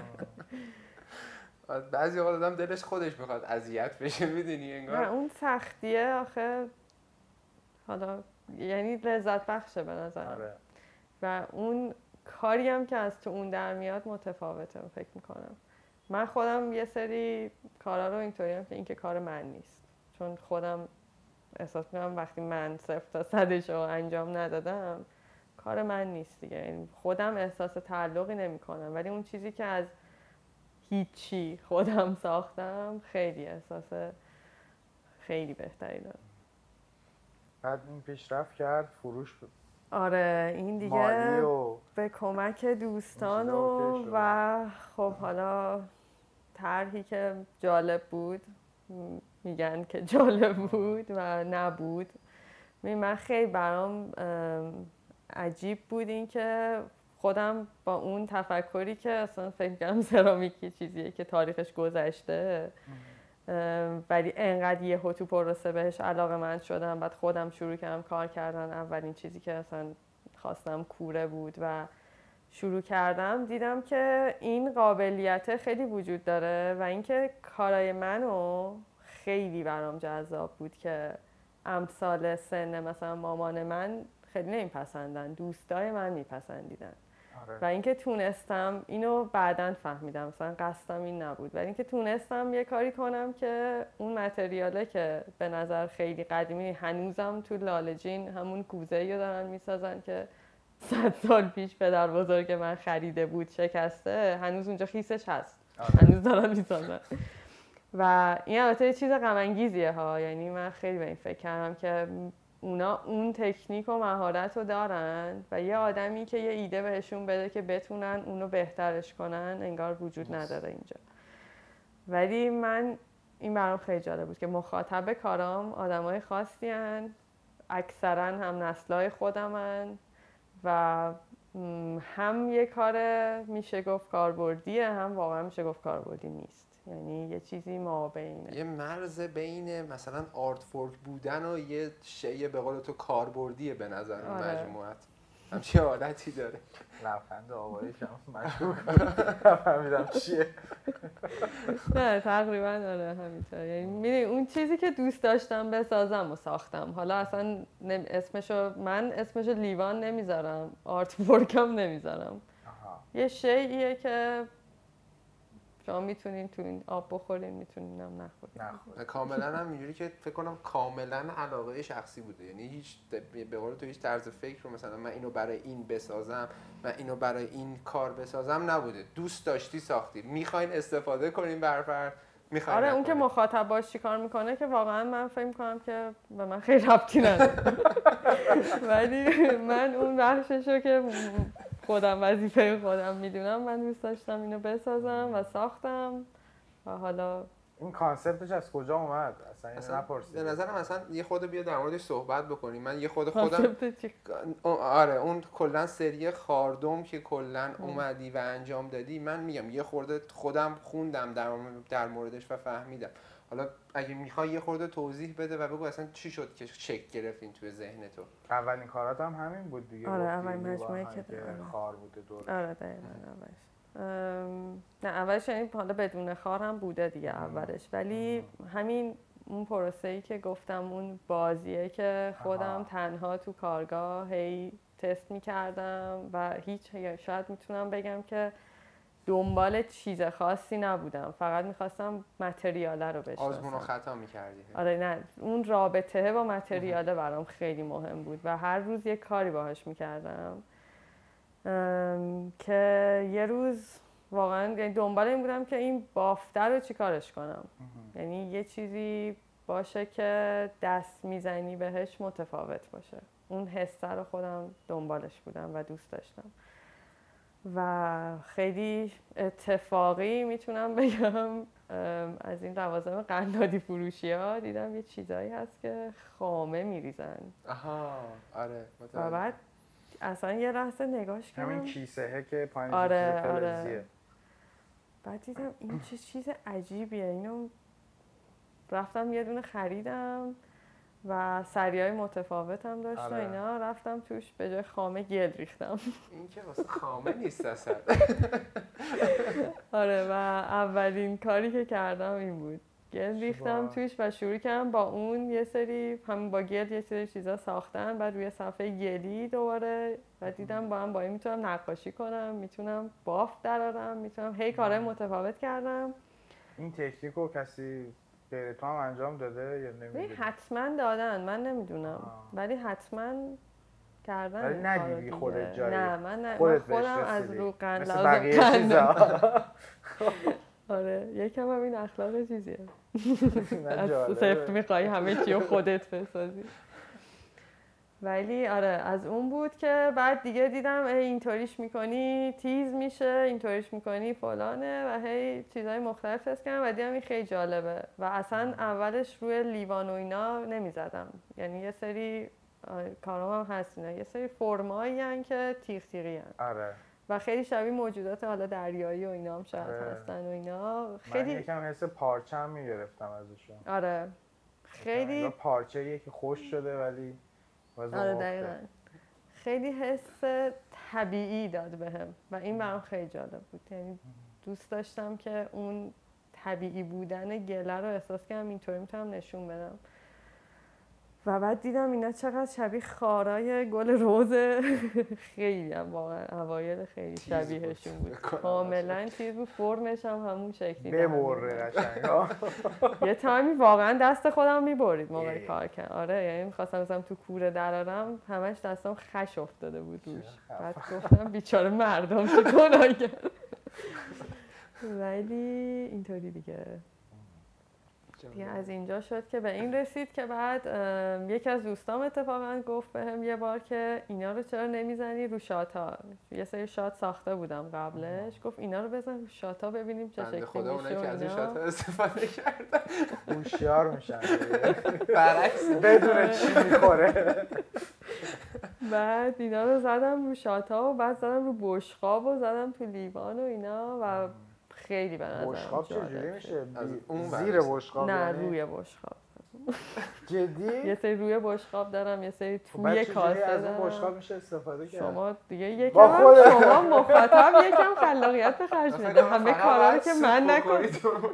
بعضی وقت آدم دلش خودش میخواد اذیت بشه، میدونی انگار. نه اون سختیه آخه حالا یعنی لذت بخشه به نظرم. آره. و اون کاری هم که از تو اون در میاد متفاوته فکر میکنم. من خودم یه سری کارا رو اینطوری هم که این که کار من نیست، چون خودم احساس میکنم وقتی من 0 تا 100 رو انجام ندادم کار من نیست دیگه. یعنی خودم احساس تعلقی نمیکنم، ولی اون چیزی که از هیچی خودم ساختم خیلی احساس خیلی بهتری داره. بعد این پیشرفت کرد، فروش بود. آره این دیگه به کمک دوستان و خب حالا طرحی که جالب بود، میگن که جالب بود و نبود. من خیلی برام عجیب بود این که خودم با اون تفکری که اصلا فکر کنم سرامیکی چیزیه که تاریخش گذشته، ولی انقدر یهو تو پروسه بهش علاقه‌مند شدم. بعد خودم شروع کردم کار کردن. اولین چیزی که اصلا خواستم کوره بود و شروع کردم دیدم که این قابلیت خیلی وجود داره و اینکه کارای منو خیلی برام جذاب بود که امثال سن مثلا مامان من خیلی نمیپسندن، دوستای من میپسندیدن. آره. و اینکه تونستم اینو بعداً فهمیدم، مثلا قصدم این نبود، ولی اینکه تونستم یه کاری کنم که اون متریاله که به نظر خیلی قدیمی هنوزم تو لاله‌جین همون کوزه‌ای رو دارن میسازن که 100 سال پیش پدر بزرگ من خریده بود شکسته، هنوز اونجا خیسش هست. هنوز دارن میسازن. و این البته یه چیز غم انگیزیه ها، یعنی من خیلی به این فکر کردم که اونا اون تکنیک و مهارت رو دارن و یه آدمی که یه ایده بهشون بده که بتونن اونو بهترش کنن انگار وجود نداره اینجا. ولی من این برام خیلی جالب بود که مخاطب کارام آدمای خاصی هن، اکثرا هم نسلای خودمن و هم یه کار میشه گفت کاربردیه، هم واقعا میشه گفت کاربردی نیست. یعنی یه چیزی مابینه، یه مرز بین مثلا آرت فورک بودن و یه شیء به قول تو کاربردیه به نظر مجموعت. همچین حالتی داره. لبخند آوایش هم مشکوک فهمیدم چیه. نه تقریبا داره همینطور. یعنی میدونی اون چیزی که دوست داشتم بسازم و ساختم. حالا اصلا من اسمشو لیوان نمیذارم، آرت فورکم نمیذارم. یه شیئیه که شما میتونین تو این آب بخورین، میتونین هم نخورین. کاملا هم اینجوری که فکر کنم کاملا علاقه شخصی بوده. یعنی هیچ به قول تو هیچ طرز فکر رو مثلا من اینو برای این بسازم، من اینو برای این کار بسازم نبوده. دوست داشتی ساختی، میخواین استفاده کنین برفرد، میخواین آره اون که مخاطب باش چی کار میکنه که واقعا من فکر میکنم که به من خیلی ربطی نداره. ولی من اون بخششو که خودم وظیفه خودم میدونم، من دوست داشتم اینو بسازم و ساختم. و حالا این کانسپتش از کجا اومد؟ اصلا نپرسید. به نظرم اصلا یه خود بیا در موردش صحبت بکنیم. من یه خودم آره اون کلا سری خاردم که کلا اومدی و انجام دادی، من میگم یه خورده خودم خوندم در موردش و فهمیدم. حالا اگه میخوای یه خورده توضیح بده و بگو اصلا چی شد که شکل گرفتین توی ذهن تو. اولین کارات هم همین بود دیگه. آره اولین مجموعه که خار بوده دور. آره دقیقاً اولش. نه اولش یعنی حالا بدون خار هم بوده دیگه اولش، ولی همین اون پروسه‌ای که گفتم اون بازیه که خودم تنها تو کارگاه هی تست می‌کردم و شاید میتونم بگم که دنبال چیز خاصی نبودم، فقط میخواستم متریاله رو بشناسم. آزمون و خطا می‌کردی. آره نه اون رابطه با متریاله برام خیلی مهم بود و هر روز یه کاری باهاش می‌کردم که یه روز واقعا یعنی دنبال این بودم که این بافته رو چی کارش کنم. یعنی یه چیزی باشه که دست میزنی بهش متفاوت باشه. اون حسه رو خودم دنبالش بودم و دوست داشتم و خیلی اتفاقی میتونم بگم از این لوازم قنادی فروشی ها دیدم یه چیزایی هست که خامه میریزن. آها آره و بعد اصلا یه لحظه نگاش کردم همین کیسه که پایین آره فلزیه. بعد دیدم این چه چیز عجیبیه، اینو رفتم یه دونه خریدم و سریای متفاوت هم داشت و اینا، رفتم توش به جای خامه گل ریختم. این که واسه خامه نیست اصلا. آره و اولین کاری که کردم این بود، گل ریختم توش و شروع کردم با اون یه سری همین با گل یه سری چیزا ساختن، بعد روی صفحه گلی دوباره و دیدم با این میتونم نقاشی کنم، میتونم بافت درارم، میتونم هی کارهای متفاوت کردم. این تکنیکو کسی غیر تو هم انجام داده یا نمیدونی؟ حتما دادن، من نمیدونم ولی حتما کردن. ولی ندیدی خودت جایی؟ نه من خودم از رو قند مثل بقیه چیزا. آره یکم هم این اخلاق چیزیه. از صفر میخوایی همه چی رو خودت بسازی. ولی آره از اون بود که بعد دیگه دیدم اینطوریش میکنی تیز میشه، اینطوریش میکنی فلانه و هی چیزهای مختلف تست کردم و دیدم این خیلی جالبه و اصلا اولش روی لیوان و اینا نمیزدم، یعنی یه سری کارام هم هست اینا، یه سری فرمایی هن که تیغ تیغی هن. آره. و خیلی شبیه موجودات حالا دریایی و اینا هم شاید هستن و اینا. خیلی من یکم حس پارچه هم میگرفتم ازشون. آره خیلی پارچه‌ایه که خوش شده ولی آره دقیقاً خیلی حس طبیعی داد بهم و این برام خیلی جالب بود، یعنی دوست داشتم که اون طبیعی بودن گله رو احساس کنم اینطوری میتونم نشون بدم. و بعد دیدم اینا چقدر شبیه خارای گل روز، خیلی هم واقعا اوایل خیلی شبیهشون بود، کاملا چیز بود، فرمش هم همون شکلی ببره قشنگا. یه تایمی واقعا دست خودم میبرید موقع کار کردن. آره یعنی می‌خواستم مثلا تو کوره درارم همش دستم خش افتاده بود روش، بعد گفتم بیچاره مردم چه گناهی کردن. ولی اینطوری دیگه از اینجا شد که به این رسید که بعد یکی از دوستام اتفاقا گفت بهم یه بار که اینا رو چرا نمیزنی رو شاتا، یه سری شات ساخته بودم قبلش، گفت اینا رو بزن رو شاتا ببینیم چه شکلی میشه. خدا اونایی که از این شاتا استفاده کردن هوشیار میشن برعکس بدون چی میخوره. بعد اینا رو زدم رو شاتا و بعد زدم رو بشقاب و زدم تو لیوان و اینا و خیلی به نظرم بشقاب چجوری میشه؟ اون زیر بشقاب؟ نه روی بشقاب. جدی؟ یه سری روی بشقاب دارم، یه سری توی کاسه دارم. از اون بشقاب میشه استفاده کرد؟ شما دیگه یکم شما مخاطب یکم خلاقیت به خرج میده، همه کارا رو که من نکنم.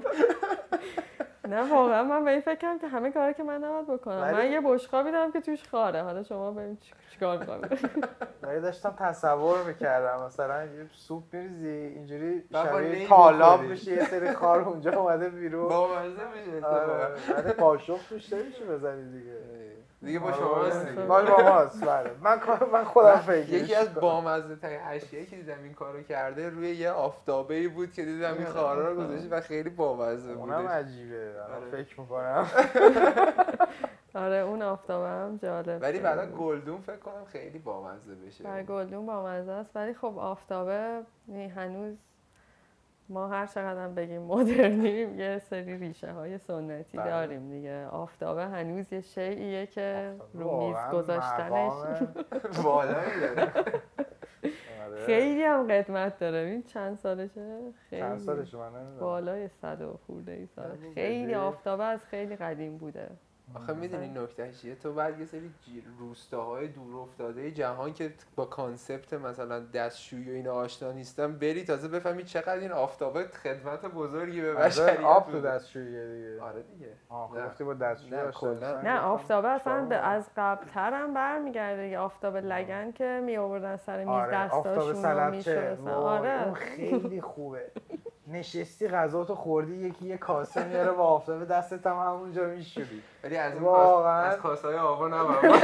نه واقعا من به این فکر کردم که همه کارا که من نباید بکنم. من یه بشقابی دارم که توش خاره، حالا شما ببین چیکار می‌کنید. ولی داشتم تصور می‌کردم مثلا یه سوپ می‌ریزی اینجوری شبیه تالاب میشه، یه سری خار اونجا اومده بیرون بامزه میشه اتفاقا. بعد قاشق توش نمیشه بزنی دیگه با شما هستی. با ماست. بله من خودم فکر یکی از بامزه ترین اشیایی که دیدم این کارو کرده روی یه آفتابه‌ای بود که دیدم این خارا رو گذاشته و خیلی بامزه بود. اونم عجیبه فکر می‌کنم. آره اون آفتابه هم جالب. ولی بعدا گلدون فکر کنم خیلی بامزه بشه. برای گلدون بامزه است ولی خب آفتابه هنوز ما هر چقدر بگیم مدرنیم یه سری ریشه های سنتی داریم دیگه. آفتابه هنوز یه شیئیه که رو میز گذاشتنش بالایی داره. خیلی هم قدمت داره. این چند سالشه؟ خیلی چند سالشه من نمیدونم. بالای 100 و خورده ای سال. خیلی آفتابه از خیلی قدیم بوده. آخه میدونی نکتهش چیه؟ تو بعد یه سری روستاهای دور افتاده جهان که با کانسپت مثلا دستشویی و اینا آشنا نیستن بری تازه بفهمی چقدر این آفتابه خدمت بزرگی به بشریت آب تو دستشوییه دیگه. آره دیگه. گفتی با دستشویی آشنا. نه آفتابه اصلا از قبل‌تر هم برمیگرده. یه آفتاب لگن که می آوردن سر میز دستاشون رو میشستن. آره اون خیلی خوبه. نشستی غذاتو خوردی یکی یه کاسه میاره با آفتابه دستت هم همونجا میشوری. ولی از اون از کاسه‌های آوا نباید.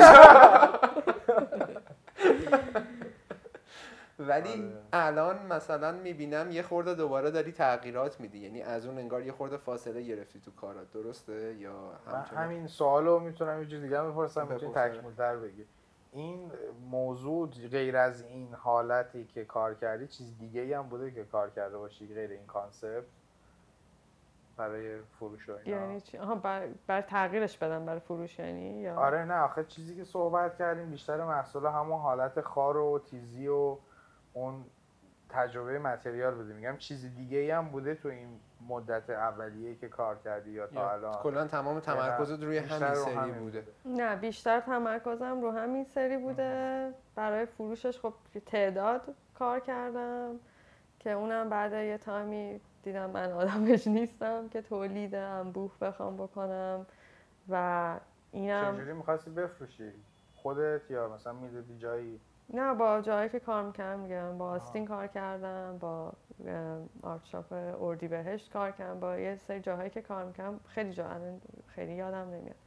ولی الان مثلا میبینم یه خورده دوباره داری تغییرات میدی، یعنی از اون انگار یه خورده فاصله گرفتی تو کارات، درسته یا همین سوالو میتونم یه جور دیگه هم بپرسم میتونی تکمیل‌تر بگی. این موضوع غیر از این حالتی که کار کردی چیز دیگه ای هم بوده که کار کرده باشی غیر این کانسپت برای فروش و اینا؟ یعنی چی؟ آها بر تغییرش بدم برای فروش یعنی یا آره نه آخه چیزی که صحبت کردیم بیشتر محصول همون حالت خار و تیزی و اون تجربه متریال بوده. میگم چیز دیگه ای هم بوده تو این مدت اولیه که کار کردی یا تا الان؟ کلا تمام تمرکزت روی همین سری بوده؟ نه بیشتر تمرکزم رو همین سری بوده. برای فروشش خب تعداد کار کردم که اونم بعد یه تایمی دیدم من آدمش نیستم که تولید انبوه بخوام بکنم و اینم. چجوری می‌خواستی بفروشی؟ خودت یا مثلا میدادی جایی؟ نه با جایی که کار میکردم میگم با آستین کار کردم، با آرت شاپ اردیبهشت کار کردم، با یه سری جاهایی که کار میکردم خیلی جا الان خیلی یادم نمیاد.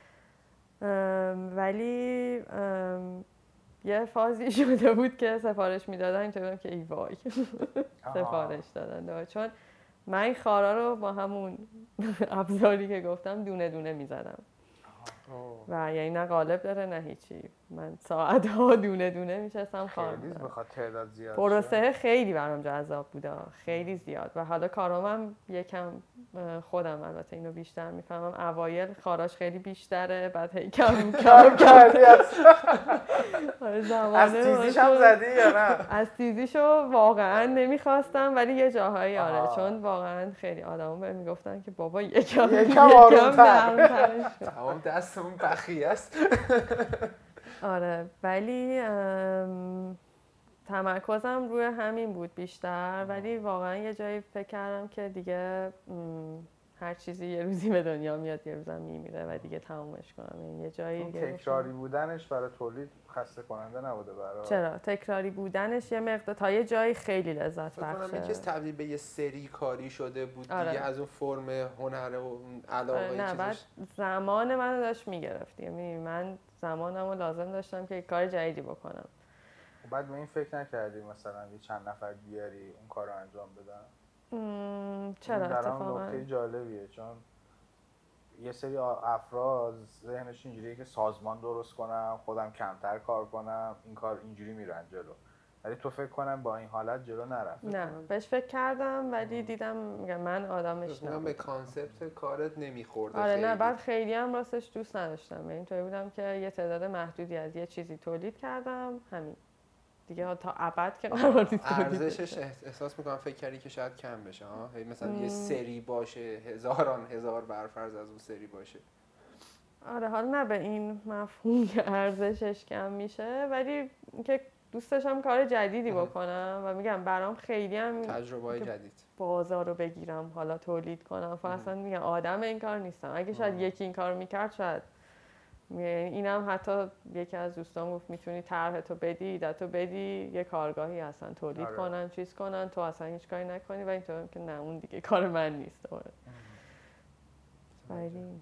ولی یه فازی شده بود که سفارش میدادن اینطور بودم که ای وای سفارش دادن، چون من این خارا رو با همون ابزاری که گفتم دونه دونه میزدم و یعنی نه قالب داره نه هیچی. من ساعت‌ها دونه دونه میشستم خار خیلی بخواد تعداد زیاد پروسه خیلی برام جذاب بوده، خیلی زیاد. و حالا کارامم یکم خودم البته اینو بیشتر میفهمم، اوایل خاراش خیلی بیشتره، بعد هی کم کردی از تیزیش هم زدی یا نه؟ از تیزیشو واقعا نمیخواستم ولی یه جاهایی آره، چون واقعا خیلی آدمو بهم میگفتن که بابا یکم آروم‌تر تمام دستمون بخیه است. آره ولی تمرکزم روی همین بود بیشتر. ولی واقعا یه جایی فکر کردم که دیگه هر چیزی یه روزی به دنیا میاد یه روزم میمیره و دیگه تمومش کنم. این یه جایی دیگه تکراری بودنش برای تولید خسته کننده نبوده برای؟ چرا تکراری بودنش یه مقدار تا یه جایی خیلی لذت بخشه. فکر کنم یکی تبدیل به یه سری کاری شده بود آره. دیگه از اون فرم هنر و علاقه نه بعد زمان منو داشت میگرفت. یعنی من زمانمو لازم داشتم که کار جدیدی بکنم. بعد به این فکر نکردی مثلا یه چند نفر بیاری اون کار رو انجام بدن؟ چرا اتفاقا؟ برام نکته جالبیه، چون یه سری افراد ذهنش اینجوریه که سازمان درست کنم، خودم کمتر کار کنم، این کار اینجوری میرن جلو. ولی تو فکر کنم با این حالت جلو نرفت. نه بهش فکر کردم ولی دیدم من آدمش نبودم. به کانسپت کارت نمیخورده. آره نه بعد خیلی هم راستش دوست نداشتم. اینطوری بودم که یه تعداد محدودی از یه چیزی تولید کردم همین دیگه تا ابد که قرار نیست ارزشش احساس میکنم فکر کردی که شاید کم بشه ها، مثلا یه سری باشه هزار برفرض از اون سری باشه. آره حالا نه به این مفهوم که ارزشش کم میشه، ولی که دوست داشتم کار جدیدی بکنم و میگم برام خیلی هم تجربه‌های جدید بازار رو بگیرم حالا تولید کنم. اصلا میگم آدم این کار نیستم. اگه شاید یکی این کارو میکرد شاید اینم حتی یکی از دوستان گفت میتونی طرحتو بدی ایده‌تو بدی یه کارگاهی اصلا تولید کنن چیز کنن تو اصلا هیچ کاری نکنی و اینطور که نه اون دیگه کار من نیست. ولی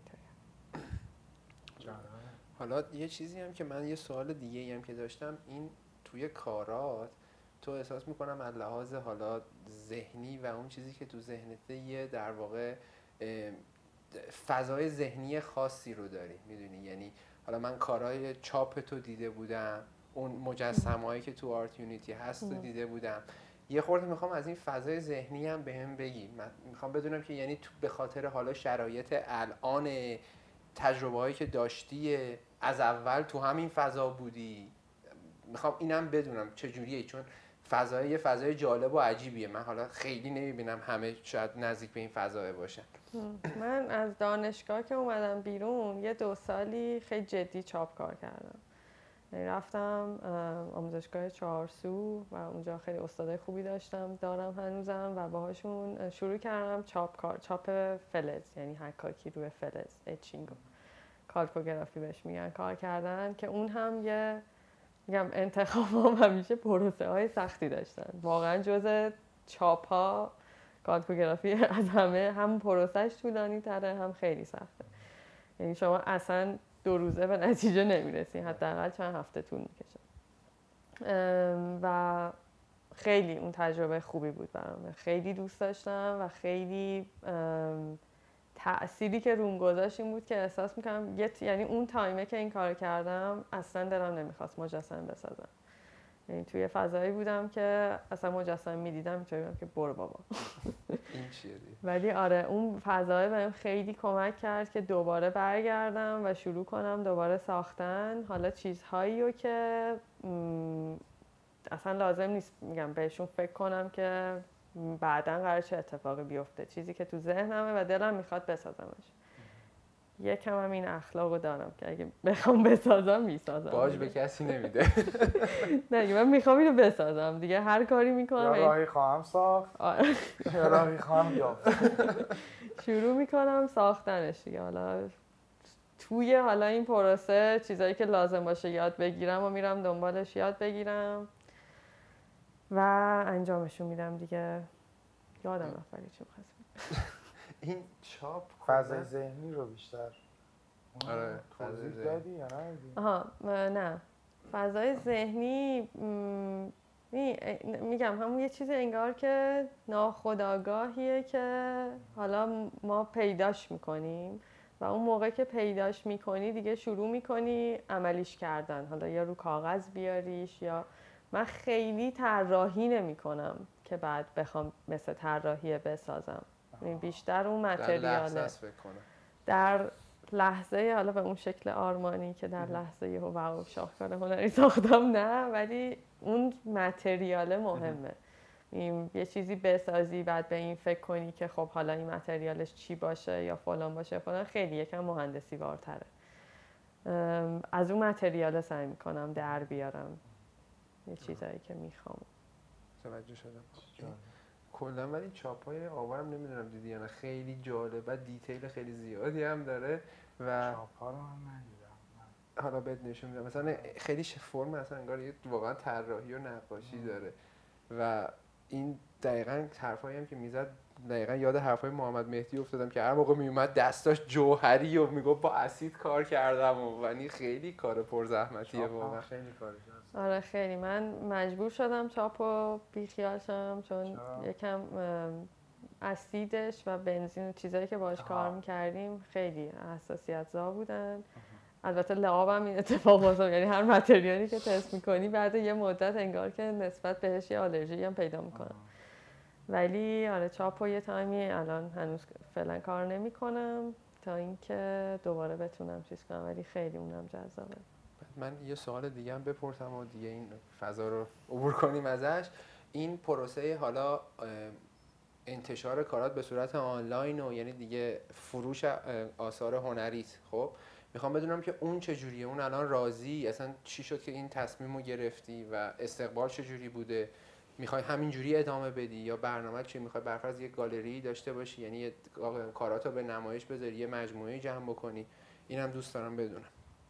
حالا یه چیزی هم که من یه سوال دیگه هم که داشتم این توی کارات تو احساس میکنم از لحاظ حالا ذهنی و اون چیزی که تو ذهنته یه در واقع فضای ذهنی خاصی رو داری میدونی. یعنی حالا من کارهای چاپ تو دیده بودم، اون مجسمه‌هایی که تو آرت یونیتی هست تو دیده بودم. یه خورده میخوام از این فضای ذهنی هم بهم بگی. من میخوام بدونم که یعنی تو به خاطر حالا شرایط الان تجربه‌هایی که داشتی از اول تو همین فضا بودی، میخوام اینم بدونم چجوریه، چون یه فضای جالب و عجیبیه. من حالا خیلی نمیبینم همه شاید نزدیک به این فضا باشن. من از دانشگاه که اومدم بیرون یه 2 سالی خیلی جدی چاپ کار کردم. رفتم آموزشگاه چهارسو و اونجا خیلی استادای خوبی دارم هنوزم و باهاشون شروع کردم چاپ فلز، یعنی حکاکی روی فلز، اچینگ و کالکوگرافی بهش میگن، کار کردن که اون هم یه میگم انتخابم همیشه پروسه های سختی داشتن. واقعا جز چاپ ها کالکوگرافی از هم پروسهش طولانی تره هم خیلی سخته. یعنی شما اصلا 2 روزه به نتیجه نمیرسی، حداقل چند هفته طول میکشه و خیلی اون تجربه خوبی بود برام. خیلی دوست داشتم و خیلی تأثیری که روم گذاشت این بود که احساس میکنم یعنی اون تایمه که این کار کردم اصلا دلم نمیخواست مجسمه بسازم. یعنی توی فضایی بودم که اصلا مجسمه میدیدم اینطوری بودم که برو بابا این چیه دیگه. ولی آره اون فضای بهم خیلی کمک کرد که دوباره برگردم و شروع کنم دوباره ساختن. حالا چیزهایی رو که اصلا لازم نیست میگم بهشون فکر کنم که بعداً قراره چه اتفاقی بیفته، چیزی که تو ذهنمه و دلم میخواد بسازمش. یکم هم این اخلاقو دارم که اگه بخوام بسازم میسازم. باج به کسی نمیده. نه من میخوام اینو بسازم دیگه، هر کاری میکنم یا راهی خواهم ساخت یا راهی خواهم یافت. شروع میکنم ساختنش دیگه. حالا توی حالا این پروسه چیزایی که لازم باشه یاد بگیرم و میرم دنبالش یاد بگیرم و انجامشون میدم دیگه. یادم رفت ولی چی می‌خواستم. این چاپ فضای ذهنی رو بیشتر آره توضیح دادی یا نه؟ آها نه فضای ذهنی میگم همون یه چیز انگار که ناخودآگاهیه که حالا ما پیداش میکنیم و اون موقع که پیداش میکنی دیگه شروع میکنی عملیش کردن. حالا یا رو کاغذ بیاریش یا من خیلی طراحی نمیکنم که بعد بخوام مثل طراحی بسازم. بیشتر اون متریاله در لحظه، حالا به اون شکل آرمانی که در لحظه واو شاهکار هنری ساختم نه، ولی اون متریاله مهمه. یه چیزی بسازی بعد به این فکر کنی که خب حالا این متریالش چی باشه یا فلان باشه فلان، خیلی یکم مهندسی وارتره. از اون متریاله سعی میکنم در بیارم یه چیزایی که میخوام. توجه شدم. کلا ولی چاپای آورم نمیدونم دیدی یا نه، خیلی جالبه، دیتیل خیلی زیادی هم داره و چاپا رو هم ندیدم. حالا بهت نشون میدم مثلا خیلی فرم مثلا انگار یه واقعا طراحی و نقاشی داره و این دقیقاً حرفایی هم که میزد دقیقاً یاد حرفای محمد مهدی افتادم که هر موقع میومد دستاش جوهری و میگفت با اسید کار کردم و یعنی خیلی کار پرزحمتیه واقعا. خیلی کارش هست. آره خیلی. من مجبور شدم چاپو بیخیال شم چون یکم اسیدش و بنزین و چیزایی که باهاش کار میکردیم خیلی حساسیت زا بودن. البته لعابم این اتفاق افتاد، یعنی هر متریالی که تست میکنی بعد یه مدت انگار که نسبت بهش یه آلرژی هم پیدا میکنم. ولی آره چاپو یه تایمی الان هنوز فعلا کار نمیکنم تا اینکه دوباره بتونم چیز کنم، ولی خیلی اونم جذابه. من یه سوال دیگه هم بپرسم و دیگه این فضا رو عبور کنیم ازش. این پروسه حالا انتشار کارات به صورت آنلاین و یعنی دیگه فروش آثار هنریت، خب میخوام بدونم که اون چجوریه، اون الان راضی اصلا چی شد که این تصمیم رو گرفتی و استقبال چجوری بوده؟ میخوای همینجوری ادامه بدی یا برنامه چی؟ میخوای برفرض یک گالری داشته باشی یعنی کاراتو به نمایش بذاری یه مجموعه جمع بکنی؟ اینم دوست دارم بدونم.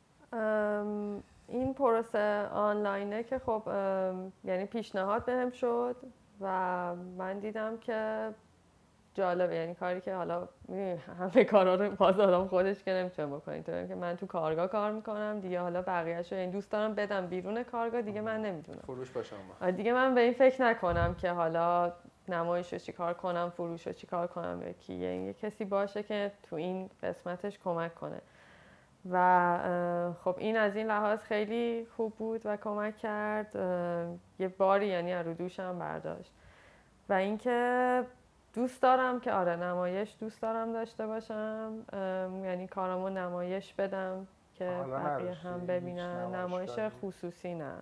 این پروسه آنلاینه که خب یعنی پیشنهاد بهم شد و من دیدم که جالبه، یعنی کاری که حالا همه کارا رو باز آدم خودش که نمیتونه بکنه، اینطوریه که من تو کارگاه کار میکنم دیگه، حالا بقیه‌شو این دوست دارم بدم بیرون کارگاه دیگه، من نمیدونم فروش باشه اما دیگه من به این فکر نکنم که حالا نمایشو چیکار کنم فروشو چیکار کنم، یه کسی باشه که تو این قسمتش کمک کنه و خب این از این لحاظ خیلی خوب بود و کمک کرد. یه باری یعنی رو دوشم برداشت و اینکه دوست دارم که آره نمایش دوست دارم داشته باشم، یعنی کارامو نمایش بدم که بقیه هم ببینن. نمایش خصوصی نه،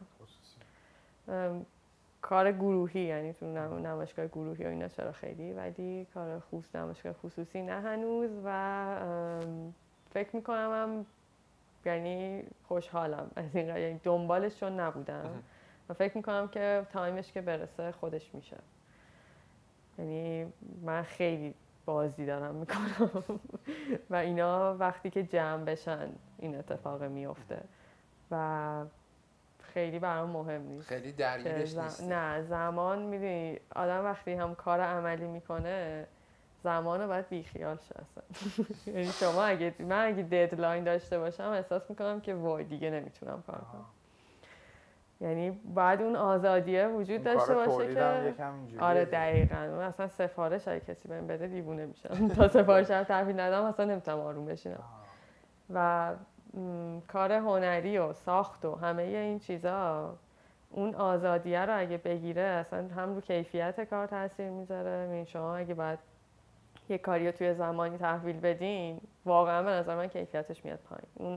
کار گروهی، یعنی تو نمایشگاه گروهی و اینا چرا خیلی، ولی کار نمایشگاه خصوصی نه هنوز و فکر میکنم هم یعنی خوشحالم از این، یعنی دنبالش چون نبودم و فکر میکنم که تایمش که برسه خودش میشه. یعنی من خیلی بازی دارم میکنم و اینا وقتی که جمع بشن این اتفاق میفته و خیلی برام مهم نیست، خیلی درگیرش نیست. نه زمان میدونی آدم وقتی هم کار عملی میکنه زمانو باید بیخیال شه اصلا. یعنی شما من اگه ددلاین داشته باشم احساس میکنم که وای دیگه نمیتونم کار کنم یعنی باید اون آزادیه وجود داشته باشه که آره دقیقاً. من اصلا سفارش اگه کسی بهم بده دیوونه میشم. تا سفارش رو تحویل ندم اصلا نمیتونم آروم بشینم. و کار هنری و ساخت و همه این چیزا اون آزادیه رو اگه بگیره اصلا هم رو کیفیت کار تاثیر میذاره. یعنی شما اگه باید یه کاری رو توی زمانی تحویل بدین واقعا به نظر من کیفیتش میاد پایین. اون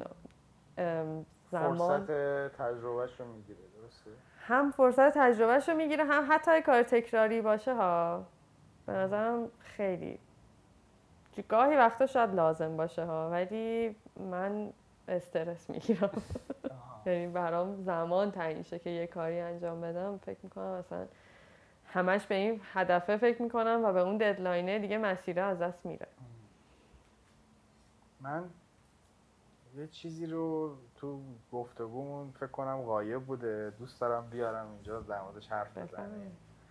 زمان فرصت تجربهش رو میگیره. درسته؟ هم فرصت تجربهش رو میگیره هم حتی کار تکراری باشه ها به نظرم خیلی گاهی وقتا شاید لازم باشه ها ولی من استرس میگیرم. یعنی برام زمان تعیین شه که یه کاری انجام بدم فکر میکنم اصلا همش به این هدفه فکر میکنم و به اون ددلاینه دیگه مسیره از دست میره. من یه چیزی رو تو گفتگومون فکر کنم غایب بوده دوست دارم بیارم اینجا در موردش حرف بزنیم.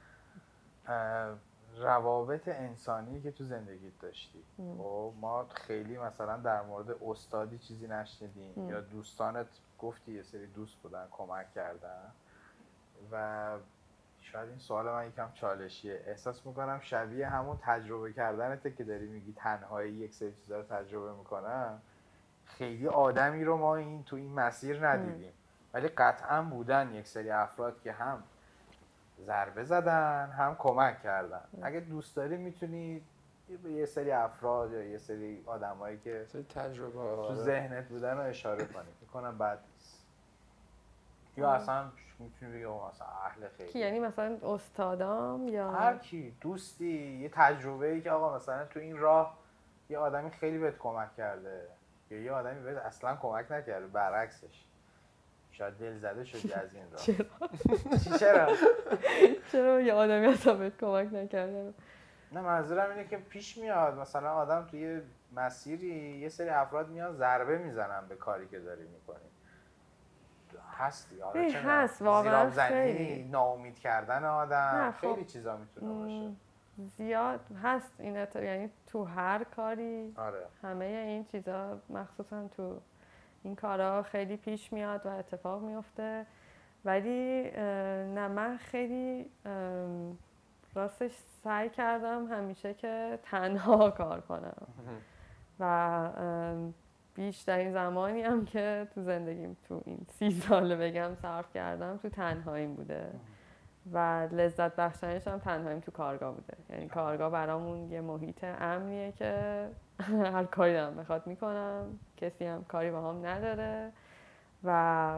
روابط انسانی که تو زندگیت داشتی و ما خیلی مثلا در مورد استادی چیزی نشنیدیم یا دوستانت گفتی یه سری دوست بودن کمک کردن و شاید این سوال من یکم چالشیه. احساس میکنم شبیه همون تجربه کردنته که داری میگی تنهایی یک سری چیزا رو تجربه میکنم. خیلی آدمی رو ما تو این مسیر ندیدیم ولی قطعا بودن یک سری افراد که هم ضربه زدن هم کمک کردن. اگه دوست داری میتونی به یه سری افراد یا یه سری آدمایی که تجربه تو ذهنت بودن رو اشاره کنی. میکنم بعد نیست یا اصلا میتونی بگی مثلا اهل خیلی کی یعنی مثلا استادام یا هر کی دوستی یه تجربه‌ای که آقا مثلا تو این راه یه آدمی خیلی بهت کمک کرده یا یه آدمی بهت اصلا کمک نکرده برعکسش شاید دل زده شدی از این راه. چرا یه آدمی اصلا بهت کمک نکرده؟ نه منظورم اینه که پیش میاد مثلا آدم توی مسیری یه سری افراد میان ضربه میزنن به کاری که داری میکنی. هستی هست واقعا خیلی ناامید کردن آدم خیلی چیزا میتونه باشه. زیاد هست این یعنی تو هر کاری آره. همه این چیزا مخصوصا تو این کارا خیلی پیش میاد و اتفاق میفته ولی نه من خیلی راستش سعی کردم همیشه که تنها کار کنم و بیشترین زمانی هم که تو زندگیم تو این 30 ساله بگم صرف کردم تو تنهاییم بوده و لذت بخشنش هم تنهاییم تو کارگاه بوده. یعنی کارگاه برامون یه محیط امنیه که هر کاری دارم بخواد میکنم کسی هم کاری با هم نداره و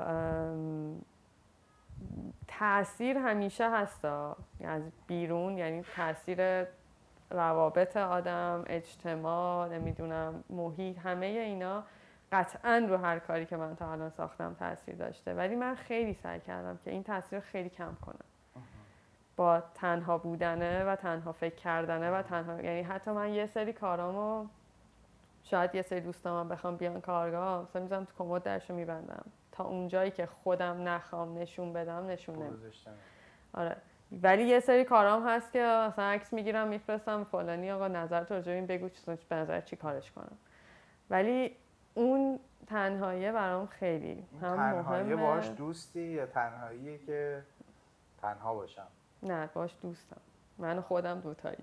تأثیر همیشه هستا از بیرون. یعنی تأثیر روابط آدم اجتماع نمیدونم محیط همه اینا قطعاً رو هر کاری که من تا الان ساختم تأثیر داشته ولی من خیلی سعی کردم که این تأثیر خیلی کم کنم با تنها بودنه و تنها فکر کردنه و تنها یعنی حتی من یه سری کارامو شاید یه سری دوستام بخوام بیان کارگاه مثلا میذارم تو کمد درشو میبندم تا اونجایی که خودم نخوام نشون بدم نشون نمیدم. آره ولی یه سری کارام هست که مثلا عکس میگیرم میفرستم فلانی آقا نظرت راجع به این بگو به نظر چی کارش کنم. ولی اون تنهایی برام خیلی هم تنهایی مهمه. باش دوستی یا تنهاییه که تنها باشم؟ نه باش دوستم من خودم دوتایی.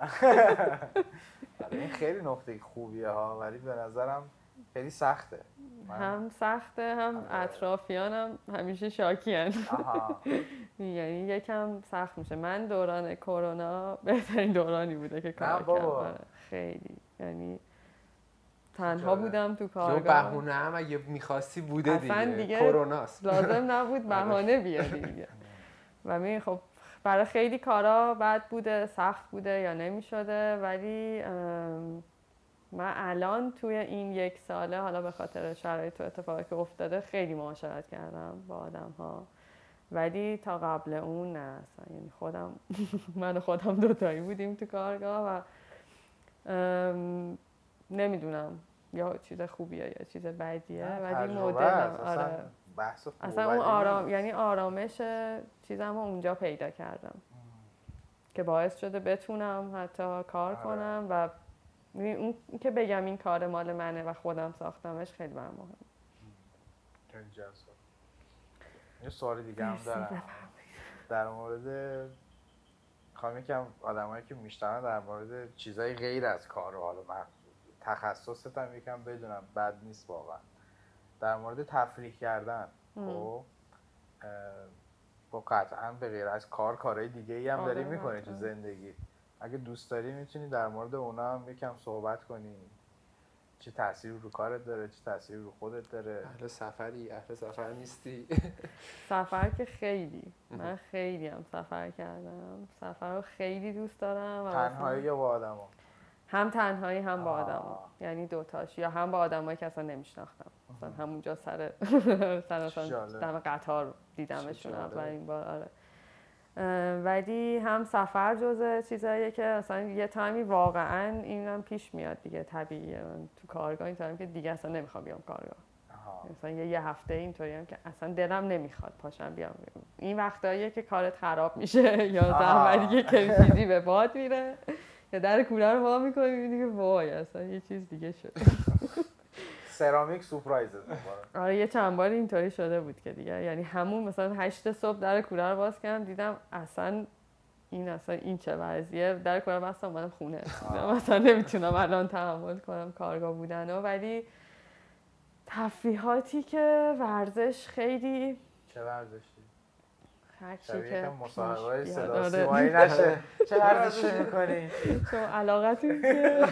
این خیلی نقطه خوبیه ها ولی به نظرم خیلی سخته. هم سخته هم اطرافیانم همیشه شاکی‌ان. یعنی یکم سخت میشه. من دوران کرونا بهترین دورانی بوده که کار کردم. خیلی یعنی تنها بودم تو کارگاه. جو بهونه هم اگه می‌خواستی بوده دیگه کروناست. لازم نبود بهانه بیاری دیگه. و می خب برای خیلی کارا بد بوده سخت بوده یا نمی‌شده ولی من الان توی این 1 ساله حالا به خاطر شرایط و اتفاقی که افتاده خیلی معاشرت کردم با آدم‌ها ولی تا قبل اون نه اصلا. یعنی من و خودم دوتایی بودیم تو کارگاه و نمیدونم یا چیز خوبیه یا چیز بدیه ولی مدلم آره اصلا اون آرام یعنی آرامش چیزمو اونجا پیدا کردم که باعث شده بتونم حتی کار کنم و اون که بگم این کار مال منه و خودم ساختمش خیلی برام مهمه. خیلی جذاب. یه سوال دیگه هم دارم در مورد میخوام یکم آدمایی که میشنون در مورد چیزای غیر از کار، حالا من تخصصت هم یکم بدونم بد نیست واقعا، در مورد تفریح کردن. خب قطعا به غیر از کار کارهای دیگه ای هم داری میکنی تو زندگی. اگه دوست داری میتونی در مورد اونا هم یکم صحبت کنی، چه تأثیری رو کارت داره، چه تأثیری رو خودت داره. اهل سفری، اهل سفر نیستی؟ سفر که خیلی، من خیلی هم سفر کردم، سفر رو خیلی دوست دارم. تنهایی یا با آدما؟ هم تنهایی هم با آدما، یعنی دوتاش، یا هم با آدمایی که اصلا نمیشناختم، مثلا همونجا سر دم قطار دیدمشون اولین بار. آره. ولی هم سفر جزء چیزاییه که اصلا یه تایمی واقعا اینم پیش میاد دیگه، طبیعیه. من تو کارگاه این تایمی که دیگه اصلا نمیخوام بیام کارگاه، مثلا یه هفته اینطوری هم که اصلا دلم نمیخواد پاشم بیام. این وقتاییه که کارت خراب میشه یا زحمتی که چیزی به باد میره یا در کوره رو وا میکنی میبینی که وای اصلا یه چیز دیگه شد. سرامیک سورپرایز. آره یه چند بار اینطوری شده بود که دیگه، یعنی همون مثلا 8 صبح در کوره رو باز کردم دیدم اصلا این چه وضعیه، در کوره رو بستم اومدم خونه. مثلا نمیتونم الان تحمل کنم کارگاه بودن. ولی تفریحاتی که ورزش خیلی. چه ورزشی؟ هرچی که مصاحبه‌های صدا سیمایی نشه. چه ورزشی می‌کنی؟ چون علاقتی که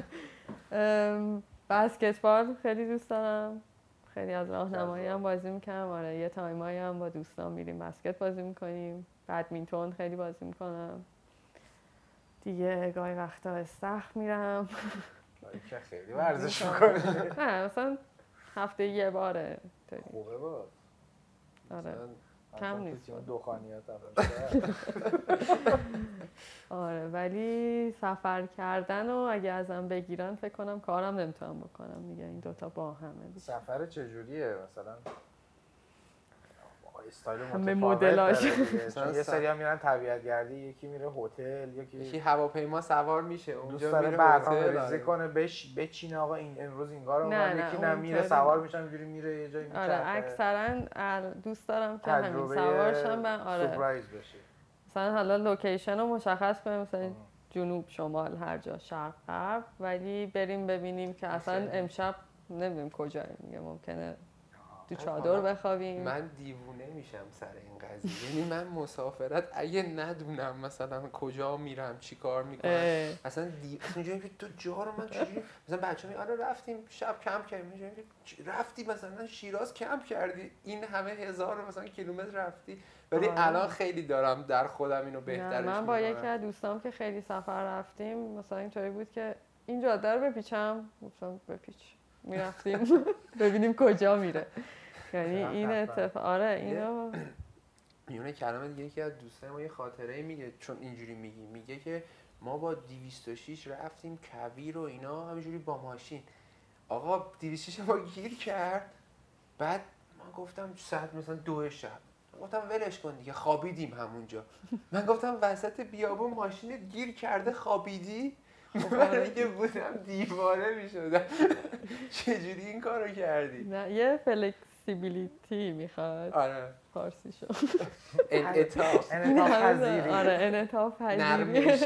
بسکتبال خیلی دوست دارم، خیلی از راهنمایی هم بازی میکنم. آره یه تایمایی هم با دوستان میریم بسکت بازی میکنیم. بدمینتون خیلی بازی میکنم دیگه. گاهی وقتا استخر میرم. که خیلی ورزش میکنی؟ نه مثلا هفته یه باره. خوبه باز. آره کم نیست. دخانیات هم آره ولی سفر کردن و اگه ازم بگیرن فکر کنم کارم نمیتونم بکنم دیگه، این دوتا با همه. سفر چجوریه مثلا؟ استایل همه مدلاش یه سری هم میرن طبیعت گردی، یکی میره هتل، یکی هواپیما سوار میشه اونجا میره برنامه‌ریزی کنه بچینه آقا این امروز این کارو میکنه، یکی نمیره سوار میشه اینجوری میره یه جایی میچرخه. آره اکثرا دوست دارم که همین سوارشم من. آره سورپرایز بشه. مثلا حالا لوکیشن رو مشخص کنیم، مثلا جنوب شمال هر جا، شرق غرب، ولی بریم ببینیم که اصلا امشب نمیدونیم کجاییم دیگه، ممکنه تو چادر بخوابیم. من دیوونه میشم سر این قضیه. یعنی من مسافرت اگه ندونم مثلا کجا میرم چی کار میکنم اصلا اینجوری که تو جا رو من چجوری مثلا بچه‌ها میگن آره رفتیم شب کمپ کردیم، رفتی مثلا شیراز کمپ کردی این همه هزار مثلا کیلومتر رفتی، ولی الان خیلی دارم در خودم اینو بهترش میکنم. من با یکی از دوستام که خیلی سفر رفتیم مثلا اینطوری بود که این جاده رو بپیچم، گفتم بپیچ، میرفتیم ببینیم کجا میره. یعنی این اتفاق. آره اینو میونه کلمه دیگه یکی از دوستان ما یه خاطره میگه، چون اینجوری میگه که ما با 206 رفتیم کویر و اینا همینجوری با ماشین. آقا 206 ما گیر کرد، بعد من گفتم ساعت مثلا 2 شب، گفتم ولش کن دیگه، خوابیدیم همونجا. من گفتم وسط بیابون ماشینت گیر کرده خوابیدی؟ من اگه بودم دیوانه میشدم. چجوری این کارو کردی؟ نه یه فلکسیبیلیتی میخواد. آره فارسیشو انعطاف پذیری. آره انعطاف پذیری.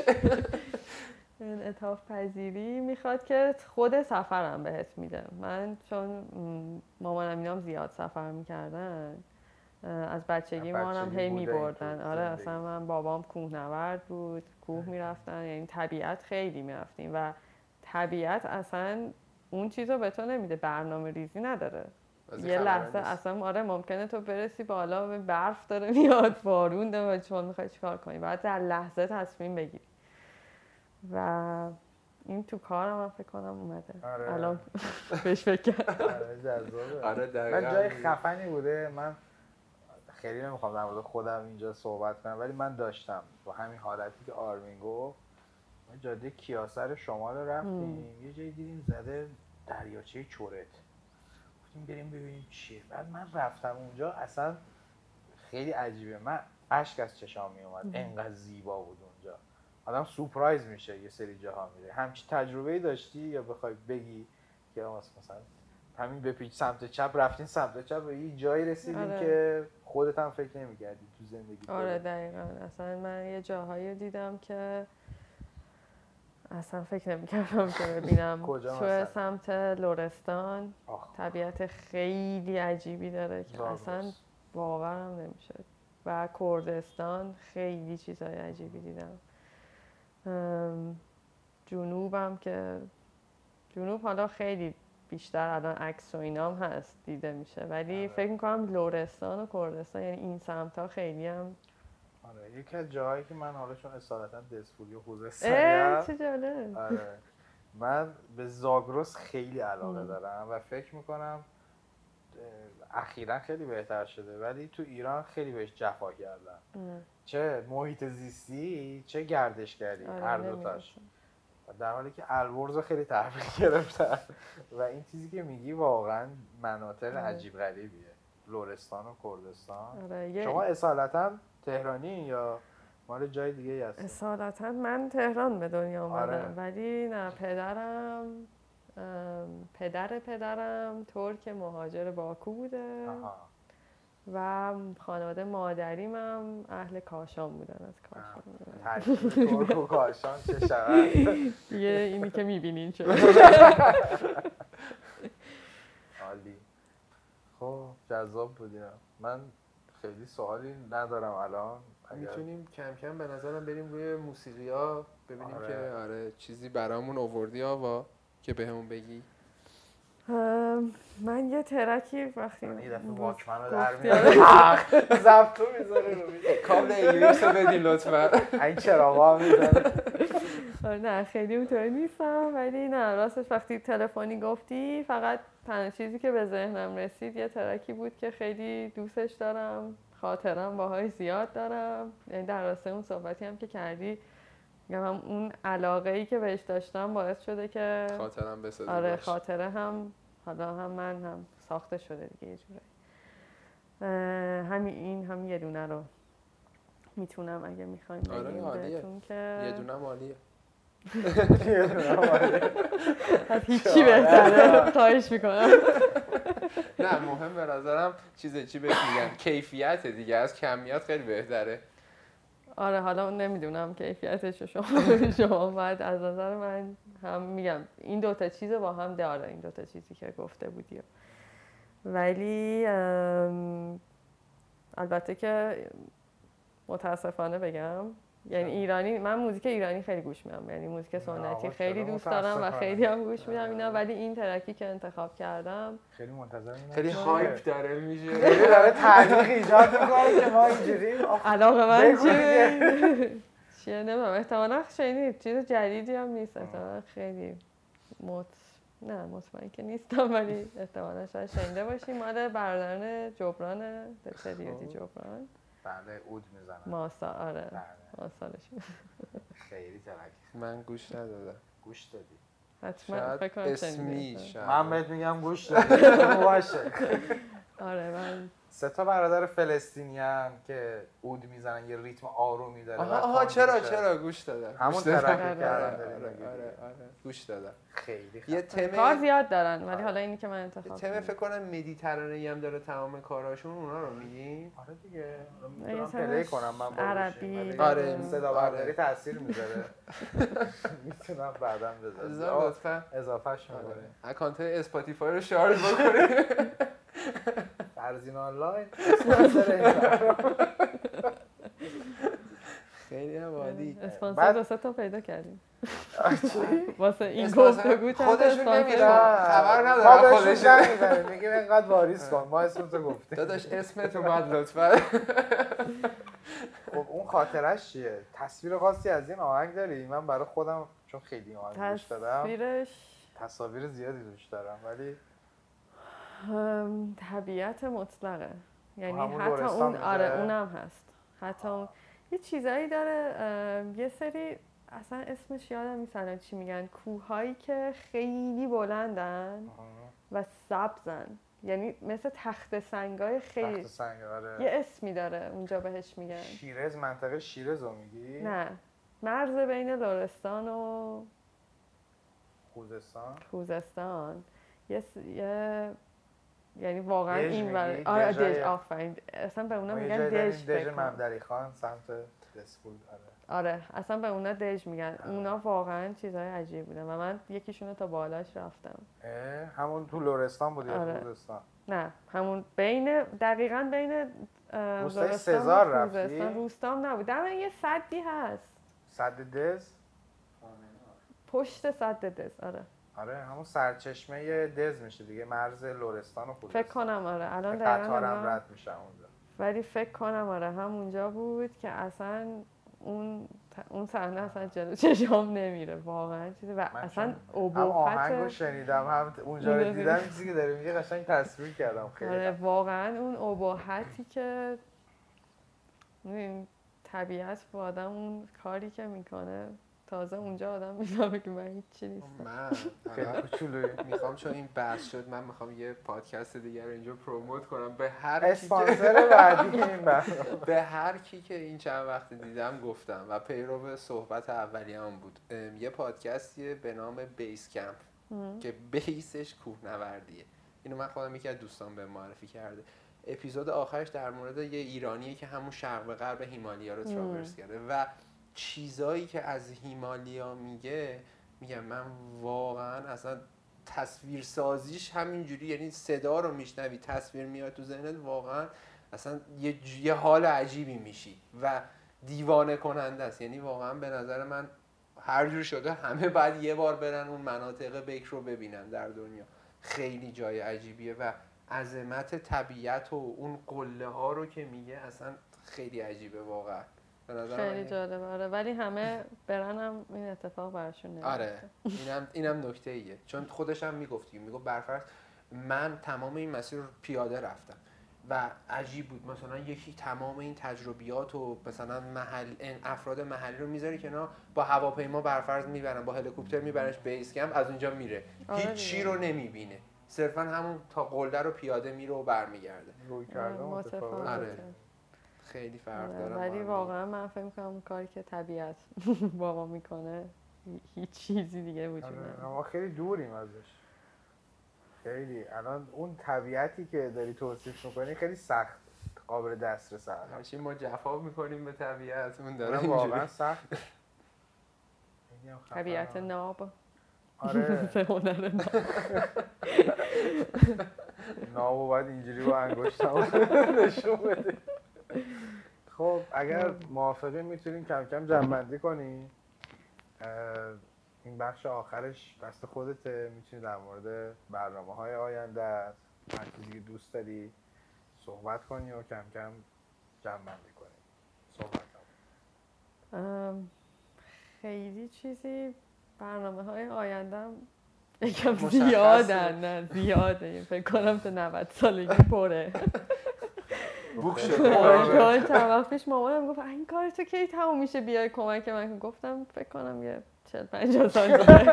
انعطاف پذیری میخواد که خود سفرم بهت میده. من چون مامانم اینام زیاد سفر میکردن، از بچگی ما هم هی میبردن. آره اصلا من بابام کوهنورد بود، کوه میرفتن، یعنی طبیعت خیلی میرفتیم و طبیعت اصلا اون چیزو به تو نمیده، برنامه ریزی نداره. یه لحظه اصلا آره ممکنه تو برسی بالا برف داره میاد، بارون داره، شما میخوای چیکار کنی؟ باید در لحظه تصمیم بگیری و این تو کارم فکر کنم اومده. آره. الان بهش فکر کردم. آره جذابه. آره دقیقاً. من جای خفنی بوده، من خیلی نمیخوام در مورد خودم اینجا صحبت کنم ولی من داشتم با همین حالتی که آرمین گفت، ما جاده کیاسر شمال رفتیم یه جایی دیدیم زده دریاچه چورت، گفتیم بریم ببینیم چیه. بعد من رفتم اونجا، اصلا خیلی عجیبه، من اشک از چشام می اومد، انقدر زیبا بود اونجا. آدم سورپرایز میشه یه سری جاها میره. همچین تجربه‌ای داشتی یا بخوای بگی که مثلا همین بپیچ سمت چپ، رفتین سمت چپ و یه جایی رسیدین که خودت هم فکر نمی‌کردی تو زندگی. آره دقیقاً. اصلا من یه جاهایی دیدم که اصلا فکر نمی‌کردم که ببینم. تو سمت لرستان طبیعت خیلی عجیبی داره که اصلا باورم نمی‌شد. و کردستان خیلی چیزای عجیبی دیدم. جنوبم که جنوب حالا خیلی بیشتر الان عکس و اینام هست دیده میشه، ولی فکر میکنم لرستان و کردستان یعنی این سمت ها خیلی هم. آره یکی از جاهایی که من حالا چون اصالتا دسفولی و خوزستانیم، چه جالب. آره من به زاگرس خیلی علاقه دارم و فکر میکنم اخیراً خیلی بهتر شده، ولی تو ایران خیلی بهش جفا کردن. چه محیط زیستی چه گردشگری، هر دوتاش. در حالی که البرز خیلی تحویل گرفتن و این چیزی که میگی واقعا مناطق عجیب غریبیه، لرستان و کردستان. شما اصالتا تهرانی یا مال جای دیگه هستی؟ اصالتا من تهران به دنیا اومدم. ولی نه، پدرم ترک مهاجر باکو بوده. و خانواده مادریم هم اهل کاشان بودن، از کاشان. ترکیب ترک و کاشان چه شود؟ دیگه اینی که میبینین چه. عالی. خب جذاب بودیم. من خیلی سوالی ندارم الان. میتونیم کم کم به نظرم بریم روی موسیقی‌ها ببینیم که چیزی برامون آوردی آوا که بهمون بگی. من یه ترکی وقتی یه دفعه واکمن رو در میاره زبطو میذاره رو میده کابل انگلیس رو بدین لطفا. این چراغا هم میذاره. نه خیلی اونطوری نیستم، ولی نه راستش وقتی تلفنی گفتی فقط تنها چیزی که به ذهنم رسید یه ترکی بود که خیلی دوستش دارم، خاطرم باهاش زیاد دارم. یعنی در راسته اون صحبتی هم که کردی، میگم هم اون علاقه‌ای که بهش داشتم باعث شده که خاطرم بسازه. آره خاطره هم حالا هم من هم ساخته شده دیگه یه جوری. هم یه دونه رو میتونم اگه میخوایم بگیم بهتون که یه دونه عالیه. از هیچی بهتره. خواهش میکنم. نه مهم به نظرم چی بهش میگن کیفیت دیگه، از کمیت خیلی بهتره. آره حالا اون نمیدونم کیفیتش شما باید از نظر من هم میگم این دوتا چیز با هم داره، این دوتا چیزی که گفته بودی. ولی البته که متاسفانه بگم یعنی ایرانی، من موزیک ایرانی خیلی گوش میدم، یعنی موزیک سنتی خیلی دوست دارم و خیلی هم گوش میدم اینا، ولی این ترکی که انتخاب کردم خیلی منتظرم. خیلی هایپ داره میشه، خیلی داره تعلیق ایجاد میکنه که ما اینجوری علاقه من چیه نمیدونم، احتمالا شنید چیز جدیدی هم نیست، احتمالا خیلی مطمئن که نیستم، ولی احتمالا شاید شنیده باشیم. مال برادران جبران، دتریودی جبران. بله اود میزنن. ماسا آره. ماسالش. خیلی ترکی. من گوش ندادم. گوش دادی؟ حتما فکر کنم اسمی من بهت میگم گوش دادی. باشه. آره من 3 تا برادر فلسطینیان که اود میزنن، یه ریتم آرومی داره. آها چرا گوش دادم. همون ترکی کردن. آره گوش دادم. خیلی یه تم کار زیاد دارن، ولی حالا اینی که من انتخاب کردم تم فکر کنم مدیترانه‌ای هم داره تمام کاراشون، اونا رو میگین؟ آره دیگه. میتونم پلی کنم من با عربی. آره صدا برداری تاثیر میذاره. میتونم بعداً بذارم. لطفاً اضافهش می‌کنه. اکانت اسپاتیفای رو شارژ بکنید. فرزین آنلاین اسپانسر خیلی عالی. اسپانسر 2 تا پیدا کردیم. واسه این گفتگو خودشون نمیرن، خبر ندارن خودشون نمیرن، میگیم اینقدر واریز کن، ما اسمتو گفتیم. داداش اسمتو بعد لطفا. خب اون خاطرش چیه؟ تصویر خاصی از این آهنگ داری؟ من برای خودم چون خیلی آهنگ گوش دادم تصاویر زیادی دوش دارم، ولی طبیعت مطلقه، یعنی حتی اون اونم هست، حتی اون یه چیزایی داره، یه سری اصلا اسمش یادم نیست چی میگن، کوههایی که خیلی بلندن و سبزن، یعنی مثل تخت سنگای خیلی یه اسمی داره اونجا بهش میگن. شیراز، منطقه شیراز رو میگی؟ نه، مرز بین لرستان و خوزستان. یعنی واقعا دژ این میگی؟ آره دژای- دژ آفرین اصلا به اونا ما یه میگن جایی داریم دژ دژ فکر کنم. ممدلی خان سمت دسپول. آره اصلا به اونا دژ میگن. اونا واقعا چیزای عجیب بودن و من یکیشونو تا بالاش رفتم. همون تو لرستان بود یا آره. خوزستان؟ نه همون دقیقاً بین روستای لرستان و سزار رفتی؟ خوزستان. روستام نبود، در یه سدی هست سد دز؟ پشت سد دز. آره همون سرچشمه دز میشه دیگه، مرز لرستان و خوزستان. فکر کنم آره الان قطارم دقیقاً رد میشه اونجا. ولی فکر کنم آره همونجا بود که اصلا اون صحنه اصلا جلو چشام نمیره واقعا چیزی و اصلا هم ابهت آهنگو شنیدم هم اونجا رو دیدم، چیزی که داره میگه قشنگ تصویر کردم خیلی. آره واقعا اون ابهتی که این طبیعت با آدم اون کاری که میکنه تازه اونجا آدم میفهمه که من هیچی نیستم. من خیلی کوچولویی. میخوام چون این بحث شد من میخوام یه پادکست دیگر رو اینجا پروموت کنم به هر کی اسپانسر بعدی این بحث. به هر کی که این چند وقت دیدم گفتم و پیرو صحبت اولیه‌ام بود. یه پادکستیه به نام بیس کمپ که بیسش کوهنوردیه. اینو من خودم یکی از دوستان به معرفی کرده. اپیزود آخرش در مورد یه ایرانیه که همون شرق و غرب هیمالیا رو تراورس کرده و چیزایی که از هیمالیا میگم من واقعا اصلا تصویر سازیش همینجوری، یعنی صدا رو میشنوی تصویر میاد تو ذهنت، واقعا اصلا یه حال عجیبی میشی و دیوانه کننده است. یعنی واقعا به نظر من هر جور شده همه باید یه بار برن اون مناطق بیک رو ببینن در دنیا. خیلی جای عجیبیه و عظمت طبیعت و اون قله ها رو که میگه اصلا خیلی عجیبه واقعا. خیلی جالبه آره، ولی همه برنم این اتفاق براشون نمیفته. آره اینم نکته ایه، چون خودش هم میگفت برفرض من تمام این مسیر رو پیاده رفتم و عجیب بود مثلا یکی تمام این تجربیات و مثلا افراد محلی رو میذاری کنار، با هواپیما برفرض میبرن، با هلیکوپتر میبرنش بیس کمپ، از اونجا میره هیچ چی رو نمیبینه، صرفا همون تا قله رو پیاده میره و برمیگرده. روی کرده متفاوته. آره خیلی فرق داره. ولی واقعا من فکر می‌کنم اون کاری که طبیعت با ما میکنه هیچ چیزی دیگه وجود نداره. ما خیلی دوریم ازش. خیلی الان اون طبیعتی که داری توصیف میکنی خیلی سخت قابل دسترس هست. ما جفا میکنیم به طبیعت، اون داره واقعا سخت. طبیعت ناب. آره نابو باید اینجوری با انگشتم نشون بده. خب اگر موافقی میتونیم کم کم جمع‌بندی کنیم. این بخش آخرش دست خودته، میتونی در مورد برنامه‌های آینده هر چیزی که دوست داری صحبت کنی و کم کم جمع‌بندی کنی. صحبت کنی. خیلی چیزی برنامه‌های آیندهم یکم زیادن. نه زیاده، فکر کنم تا 90 سالگی پره. بوک شده. چند وقت پیش مامانم گفت این کار تو کی تموم میشه بیای کمک من، گفتم فکر کنم یه 40-50 سال دیگه.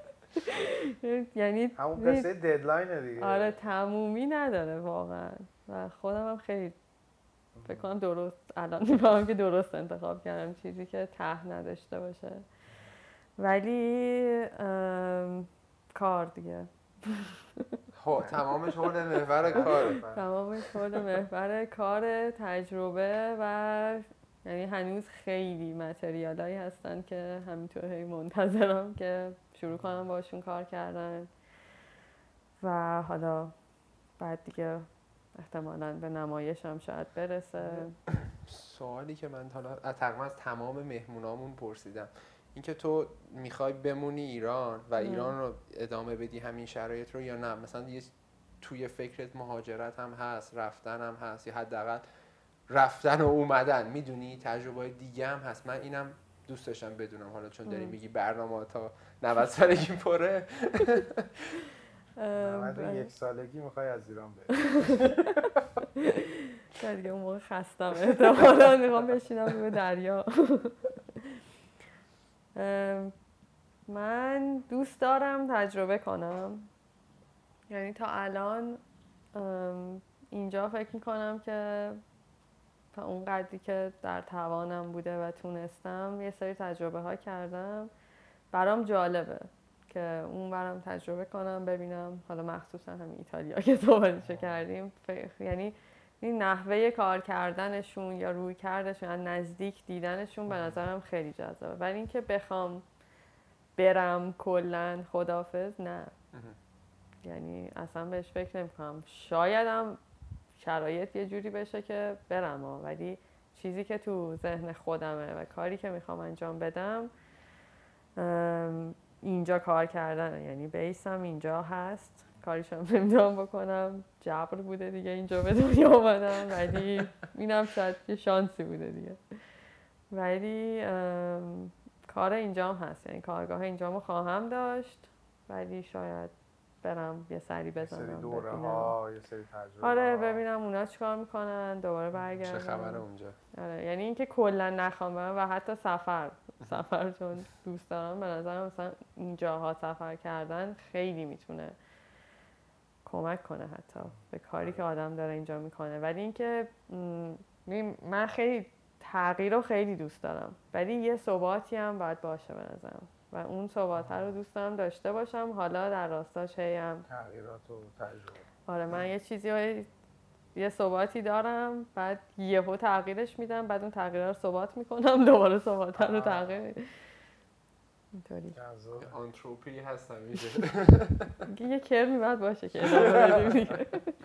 یعنی همون قصه ددلاینه دیگه. آره تمومی نداره واقعا و خودم هم خیلی فکر کنم درست الان میفهمم که درست انتخاب کردم، چیزی که ته نداشته باشه. ولی کار دیگه تمامش حول محور کاره. تمامش حول محور کار، تجربه و یعنی هنوز خیلی متریالایی هستن که همینطور هی منتظرم که شروع کنم باشون کار کردن و حالا بعد دیگه احتمالاً به نمایش هم شاید برسه. سوالی که من حالا تقریبا از تمام مهمونامون پرسیدم اینکه تو میخوای بمونی ایران و ایران رو ادامه بدی همین شرایط رو یا نه مثلا یه توی فکرت مهاجرت هم هست، رفتن هم هست یا حداقل رفتن و اومدن، میدونی تجربه دیگه هم هست. من اینم دوست داشتم بدونم حالا چون داری میگی برنامه تا 90 سالگی پره. 91 سالگی میخوای از ایران بری. شاید دیگه اون موقع خستم احتمالاً میخوام بشینم روی دریا. من دوست دارم تجربه کنم، یعنی تا الان اینجا فکر میکنم که تا اون قدری که در توانم بوده و تونستم یه سری تجربه ها کردم. برام جالبه که اون برام تجربه کنم ببینم، حالا مخصوصا همین ایتالیا که صحبتشو کردیم، یعنی این نحوه کار کردنشون یا روی کردشون از نزدیک دیدنشون به نظرم خیلی جذابه. ولی اینکه بخوام برم کلا خداحافظ نه، یعنی اصلا بهش فکر نمی‌کنم. شایدم شرایط یه جوری بشه که برم ولی چیزی که تو ذهن خودمه و کاری که میخوام انجام بدم اینجا کار کردنه، یعنی بیسم اینجا هست، کاریشم نمیدونم بکنم، جبر بوده دیگه اینجا به دنیا اومدم، ولی اینم شاید یه شانسی بوده دیگه، ولی کار اینجام هست، یعنی کارگاه اینجامو خواهم داشت، ولی شاید برم یه سری بزنم، یه سری دوره ها، یه سری تجربه آره ببینم اونا چیکار میکنن، دوباره برگردم چه خبره اونجا. آره یعنی اینکه کلا نخوام برم و حتی سفر چون دوست دارم، به نظرم مثلا اینجاها سفر کردن خیلی میتونه کمک کنه حتی به کاری که آدم داره اینجا میکنه. ولی اینکه من خیلی تغییر رو خیلی دوست دارم، ولی یه ثباتی هم باید باشه به نظرم و اون ثبات رو دوست دارم داشته باشم. حالا در راستاش هم تغییرات و تجربه. آره من یه چیزی یه ثباتی دارم، بعد یهو تغییرش میدم، بعد اون تغییرها رو ثبات میکنم، دوباره ثبات رو تغییر اینطوری. آنتروپی هست همیشه. یه کرمی باید باشه که ادامه بدیم دیگه.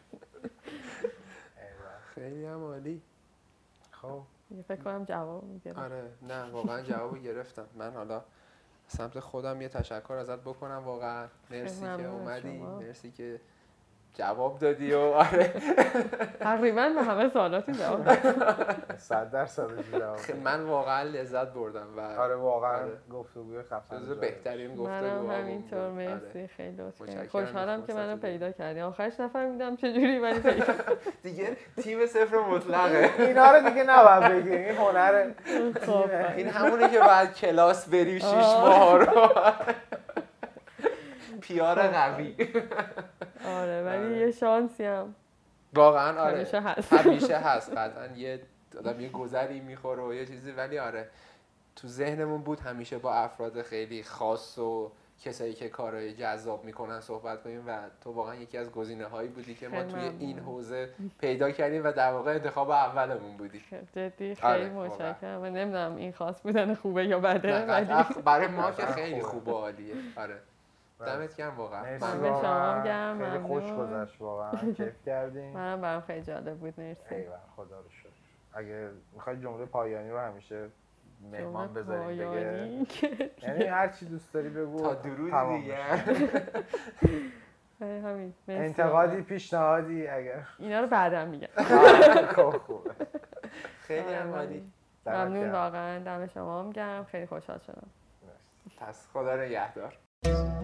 خیلی هم عالی. خب فکر کنم جواب میگیرم. آره نه واقعا جواب گرفتم. من حالا سمت خودم یه تشکر ازت بکنم، واقعا مرسی که اومدی، مرسی که جواب دادی و آره تقریبا به همه سوالاتی جواب دادم. 100% جواب. من واقعا لذت بردم و آره واقعا گفتگوی خفن جزو بهترین گفتگو منم همینطور. مرسی آره. خیلی لطف کردی. متشکرم. خوشحالم که منو پیدا کردی. آخرش نفهمیدم چجوری ولی پیدا دیگه تیم صفر مطلقه. اینا رو دیگه نباید بگیم، این هنره. این همونه که بعد کلاس بری 6 ماه رو پیار قوی. آره ولی یه شانسی هم واقعا آره همیشه هست. همیشه هست قطعا. یه آدم یه گذری میخوره و یه چیزی، ولی آره تو ذهنمون بود همیشه با افراد خیلی خاص و کسایی که کارهای جذاب میکنن صحبت کنیم و تو واقعا یکی از گزینه‌هایی بودی که ما توی این حوزه پیدا کردیم و در واقع انتخاب اولمون بودی. جدی خیلی متشکرم. من نمیدونم این خاص بودن خوبه یا بده، ولی برای ما که خیلی خوبه، عالیه. آره دمت گرم واقعا. مرسی به شما گرم. خیلی خوش گذشت واقعا، کیف کردیم. منم برام خیلی جالب بود. مرسی. ایوه خدا رو شکر. اگه میخوای جمله پایانی رو همیشه مهمان بذاریم بگه، یعنی هر چی دوست داری بگو تا درود دیگه. همین. انتقادی، پیشنهادی اگر اینا رو بعدا میگم. خوبه. خیلی عالی. ممنون واقعا. دم شما هم گرم. خیلی خوشحال شدم. پس خدا نگهدار.